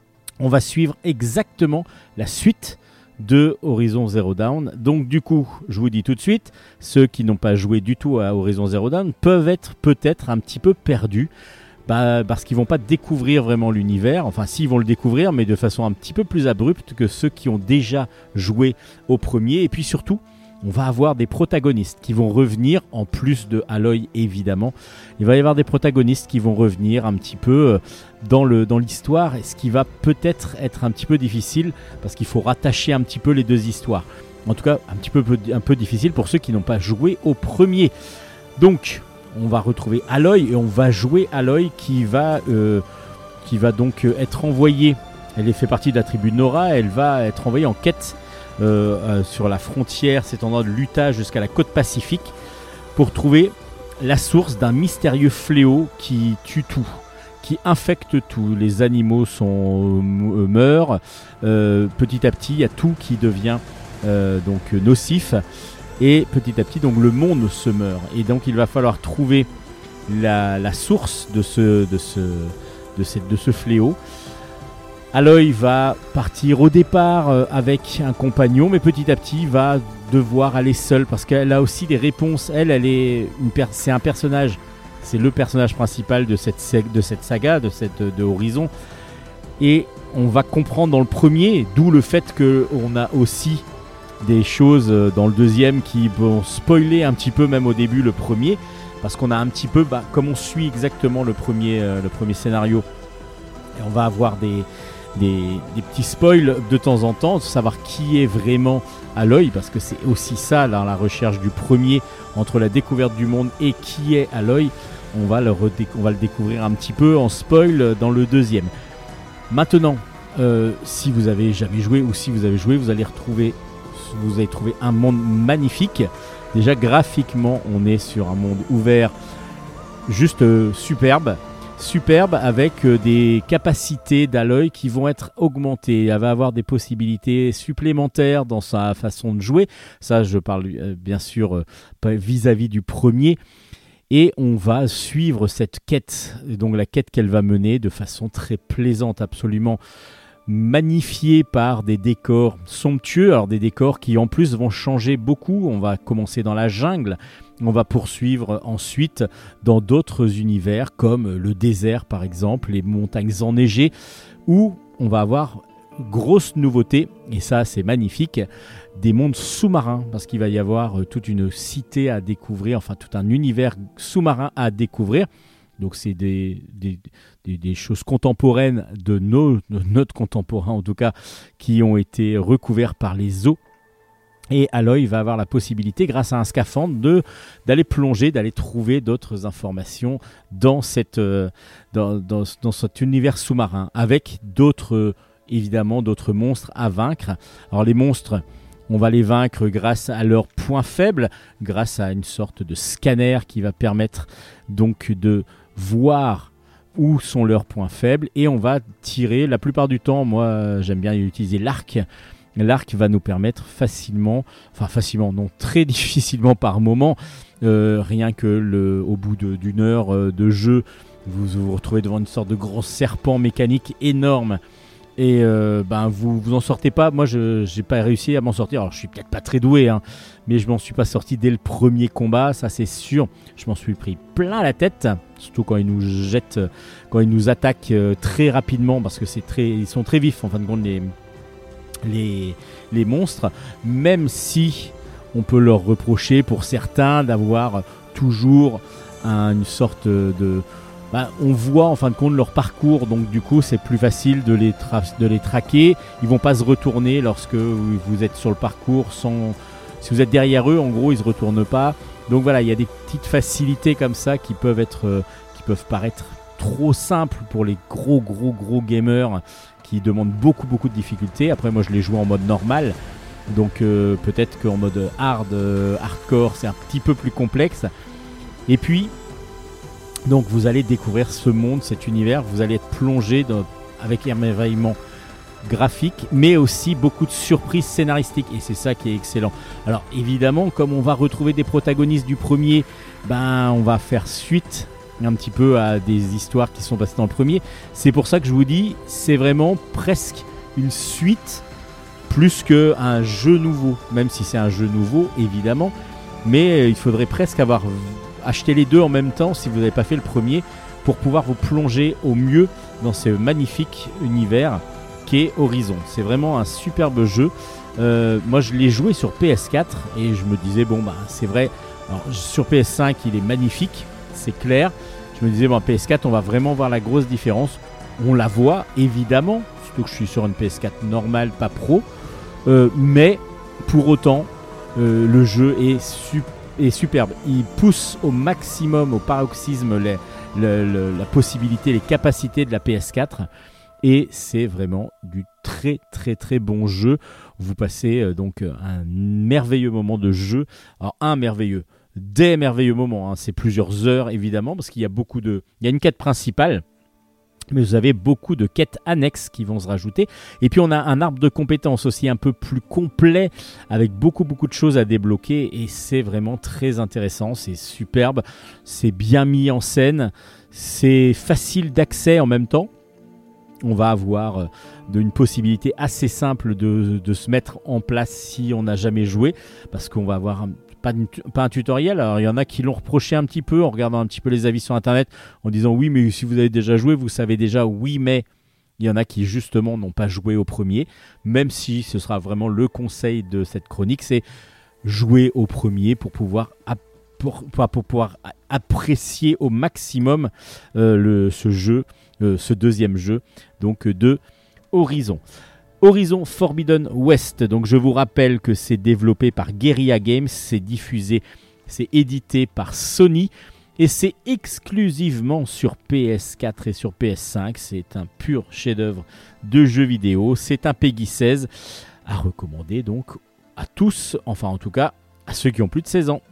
on va suivre exactement la suite de Horizon Zero Dawn. Donc du coup, je vous dis tout de suite, ceux qui n'ont pas joué du tout à Horizon Zero Dawn peuvent être peut-être un petit peu perdus, bah, parce qu'ils ne vont pas découvrir vraiment l'univers. Enfin, si, ils vont le découvrir, mais de façon un petit peu plus abrupte que ceux qui ont déjà joué au premier. Et puis surtout, on va avoir des protagonistes qui vont revenir, en plus de Aloy évidemment. Il va y avoir des protagonistes qui vont revenir un petit peu dans, le, dans l'histoire, ce qui va peut-être être un petit peu difficile parce qu'il faut rattacher un petit peu les deux histoires. En tout cas, un petit peu, un peu difficile pour ceux qui n'ont pas joué au premier. Donc, on va retrouver Aloy et on va jouer Aloy qui va, euh, qui va donc être envoyée. Elle fait partie de la tribu Nora, elle va être envoyée en quête Euh, euh, sur la frontière s'étendant de l'Utah jusqu'à la côte Pacifique pour trouver la source d'un mystérieux fléau qui tue tout, qui infecte tout. Les animaux sont, euh, meurent, euh, petit à petit il y a tout qui devient euh, donc nocif et petit à petit donc le monde se meurt et donc il va falloir trouver la, la source de ce, de, ce, de, cette, de ce fléau. Aloy va partir au départ euh, avec un compagnon, mais petit à petit va devoir aller seule parce qu'elle a aussi des réponses. Elle, elle est une per- c'est un personnage, c'est le personnage principal de cette, de cette saga, de, cette, de Horizon. Et on va comprendre dans le premier, d'où le fait qu'on a aussi des choses dans le deuxième qui vont spoiler un petit peu même au début le premier, parce qu'on a un petit peu, bah, comme on suit exactement le premier, euh, le premier scénario, et on va avoir des... Des, des petits spoils de temps en temps, de savoir qui est vraiment Aloy, parce que c'est aussi ça dans la recherche du premier, entre la découverte du monde et qui est Aloy. On va le, redé- on va le découvrir un petit peu en spoil dans le deuxième. Maintenant, euh, si vous avez jamais joué ou si vous avez joué, vous allez retrouver, vous allez trouver un monde magnifique. Déjà graphiquement, on est sur un monde ouvert, juste euh, superbe. Superbe avec euh, des capacités d'Aloy qui vont être augmentées. Elle va avoir des possibilités supplémentaires dans sa façon de jouer. Ça, je parle euh, bien sûr euh, vis-à-vis du premier. Et on va suivre cette quête, donc la quête qu'elle va mener de façon très plaisante, absolument magnifiée par des décors somptueux. Alors des décors qui en plus vont changer beaucoup. On va commencer dans la jungle. On va poursuivre ensuite dans d'autres univers comme le désert par exemple, les montagnes enneigées, où on va avoir grosse nouveauté, et ça c'est magnifique, des mondes sous-marins, parce qu'il va y avoir toute une cité à découvrir, enfin tout un univers sous-marin à découvrir. Donc c'est des, des, des, des choses contemporaines de, nos, de notre contemporain en tout cas, qui ont été recouverts par les eaux. Et Aloy va avoir la possibilité, grâce à un scaphandre, de, d'aller plonger, d'aller trouver d'autres informations dans, cette, euh, dans, dans, dans cet univers sous-marin, avec d'autres, euh, évidemment, d'autres monstres à vaincre. Alors les monstres, on va les vaincre grâce à leurs points faibles, grâce à une sorte de scanner qui va permettre donc de voir où sont leurs points faibles. Et on va tirer, la plupart du temps, moi j'aime bien utiliser l'arc. L'arc va nous permettre facilement, enfin facilement, non, très difficilement par moment, euh, rien que le, au bout de, d'une heure euh, de jeu, vous vous retrouvez devant une sorte de gros serpent mécanique énorme et euh, ben vous vous en sortez pas. Moi je j'ai pas réussi à m'en sortir. Alors je suis peut-être pas très doué, hein, mais je m'en suis pas sorti dès le premier combat, ça c'est sûr. Je m'en suis pris plein la tête, surtout quand ils nous jettent, quand ils nous attaquent euh, très rapidement, parce que c'est très, ils sont très vifs en fin de compte les les les monstres. Même si on peut leur reprocher pour certains d'avoir toujours un, une sorte de Bah, on voit en fin de compte leur parcours, donc du coup c'est plus facile de les, tra- de les traquer. Ils vont pas se retourner lorsque vous êtes sur le parcours sans... Si vous êtes derrière eux, en gros ils se retournent pas. Donc voilà, il y a des petites facilités comme ça qui peuvent être, euh, qui peuvent paraître trop simples pour les gros gros gros gamers qui demandent beaucoup beaucoup de difficultés. Après moi je les joue en mode normal, donc euh, peut-être qu'en mode hard, euh, hardcore c'est un petit peu plus complexe. Et puis donc vous allez découvrir ce monde, cet univers, vous allez être plongé dans, avec émerveillement graphique, mais aussi beaucoup de surprises scénaristiques, et c'est ça qui est excellent. Alors évidemment, comme on va retrouver des protagonistes du premier, ben on va faire suite un petit peu à des histoires qui sont passées dans le premier. C'est pour ça que je vous dis, c'est vraiment presque une suite plus qu'un jeu nouveau, même si c'est un jeu nouveau évidemment, mais il faudrait presque avoir acheté les deux en même temps si vous n'avez pas fait le premier, pour pouvoir vous plonger au mieux dans ce magnifique univers qu'est Horizon. C'est vraiment un superbe jeu. Euh, moi je l'ai joué sur P S quatre et je me disais bon bah c'est vrai, alors, sur P S cinq il est magnifique, c'est clair. Je me disais bon P S quatre on va vraiment voir la grosse différence. On la voit évidemment, surtout que je suis sur une P S quatre normale, pas pro, euh, mais pour autant euh, le jeu est super est superbe. Il pousse au maximum, au paroxysme les, le, le, la possibilité, les capacités de la P S quatre, et c'est vraiment du très très très bon jeu. Vous passez euh, donc un merveilleux moment de jeu. Alors un merveilleux, des merveilleux moments, hein. C'est plusieurs heures évidemment, parce qu'il y a beaucoup de, il y a une quête principale, mais vous avez beaucoup de quêtes annexes qui vont se rajouter. Et puis on a un arbre de compétences aussi un peu plus complet, avec beaucoup beaucoup de choses à débloquer, et c'est vraiment très intéressant, c'est superbe, c'est bien mis en scène, c'est facile d'accès en même temps. On va avoir euh, une possibilité assez simple de, de se mettre en place si on n'a jamais joué, parce qu'on va avoir un Pas, une, pas un tutoriel. Alors il y en a qui l'ont reproché un petit peu en regardant un petit peu les avis sur internet, en disant oui mais si vous avez déjà joué vous savez déjà. Oui mais il y en a qui justement n'ont pas joué au premier, même si ce sera vraiment le conseil de cette chronique, c'est jouer au premier pour pouvoir app- pour, pour, pour pouvoir apprécier au maximum euh, le, ce jeu, euh, ce deuxième jeu donc de Horizon. Horizon Forbidden West, donc je vous rappelle que c'est développé par Guerrilla Games, c'est diffusé, c'est édité par Sony, et c'est exclusivement sur P S quatre et sur P S cinq, c'est un pur chef-d'œuvre de jeu vidéo, c'est un Peggy seize, à recommander donc à tous, enfin en tout cas à ceux qui ont plus de seize ans.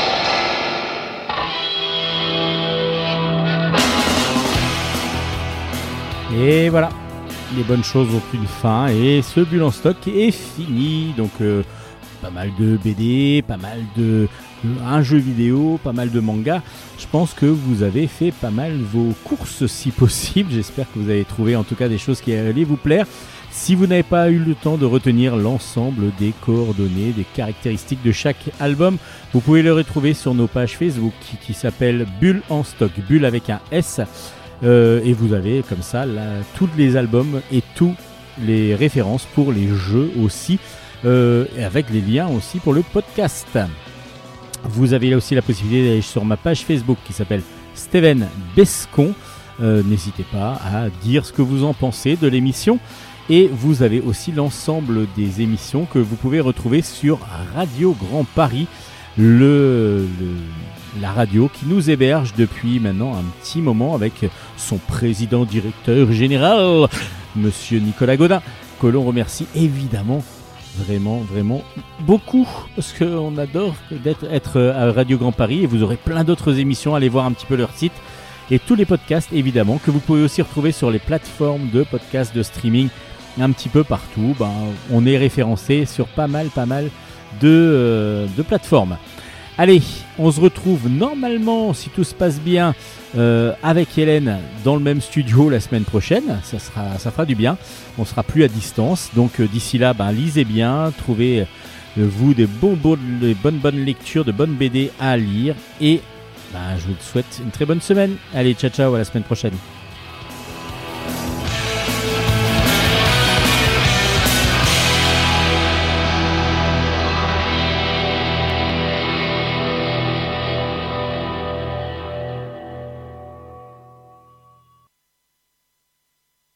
Et voilà, les bonnes choses ont une fin et ce bulle en stock est fini. Donc euh, pas mal de B D, pas mal de, de un jeu vidéo, pas mal de mangas. Je pense que vous avez fait pas mal vos courses si possible. J'espère que vous avez trouvé en tout cas des choses qui allaient vous plaire. Si vous n'avez pas eu le temps de retenir l'ensemble des coordonnées, des caractéristiques de chaque album, vous pouvez le retrouver sur nos pages Facebook qui, qui s'appelle Bulle en stock, Bulle avec un S. Euh, et vous avez comme ça là, tous les albums et toutes les références pour les jeux aussi, euh, et avec les liens aussi pour le podcast. Vous avez aussi la possibilité d'aller sur ma page Facebook qui s'appelle Steven Bescon. Euh, n'hésitez pas à dire ce que vous en pensez de l'émission. Et vous avez aussi l'ensemble des émissions que vous pouvez retrouver sur Radio Grand Paris, le, le, la radio qui nous héberge depuis maintenant un petit moment avec son président directeur général, Monsieur Nicolas Godin, que l'on remercie évidemment vraiment, vraiment beaucoup, parce qu'on adore d'être, être à Radio Grand Paris, et vous aurez plein d'autres émissions, allez voir un petit peu leur site, et tous les podcasts évidemment, que vous pouvez aussi retrouver sur les plateformes de podcasts de streaming, un petit peu partout. Ben, on est référencé sur pas mal, pas mal de, euh, de plateformes. Allez, on se retrouve normalement, si tout se passe bien, euh, avec Hélène dans le même studio la semaine prochaine. Ça sera, ça fera du bien. On sera plus à distance. Donc euh, d'ici là, ben, lisez bien, trouvez euh, vous des, bons, bons, des bonnes bonnes lectures, de bonnes B D à lire. Et ben, je vous souhaite une très bonne semaine. Allez, ciao ciao, à la semaine prochaine.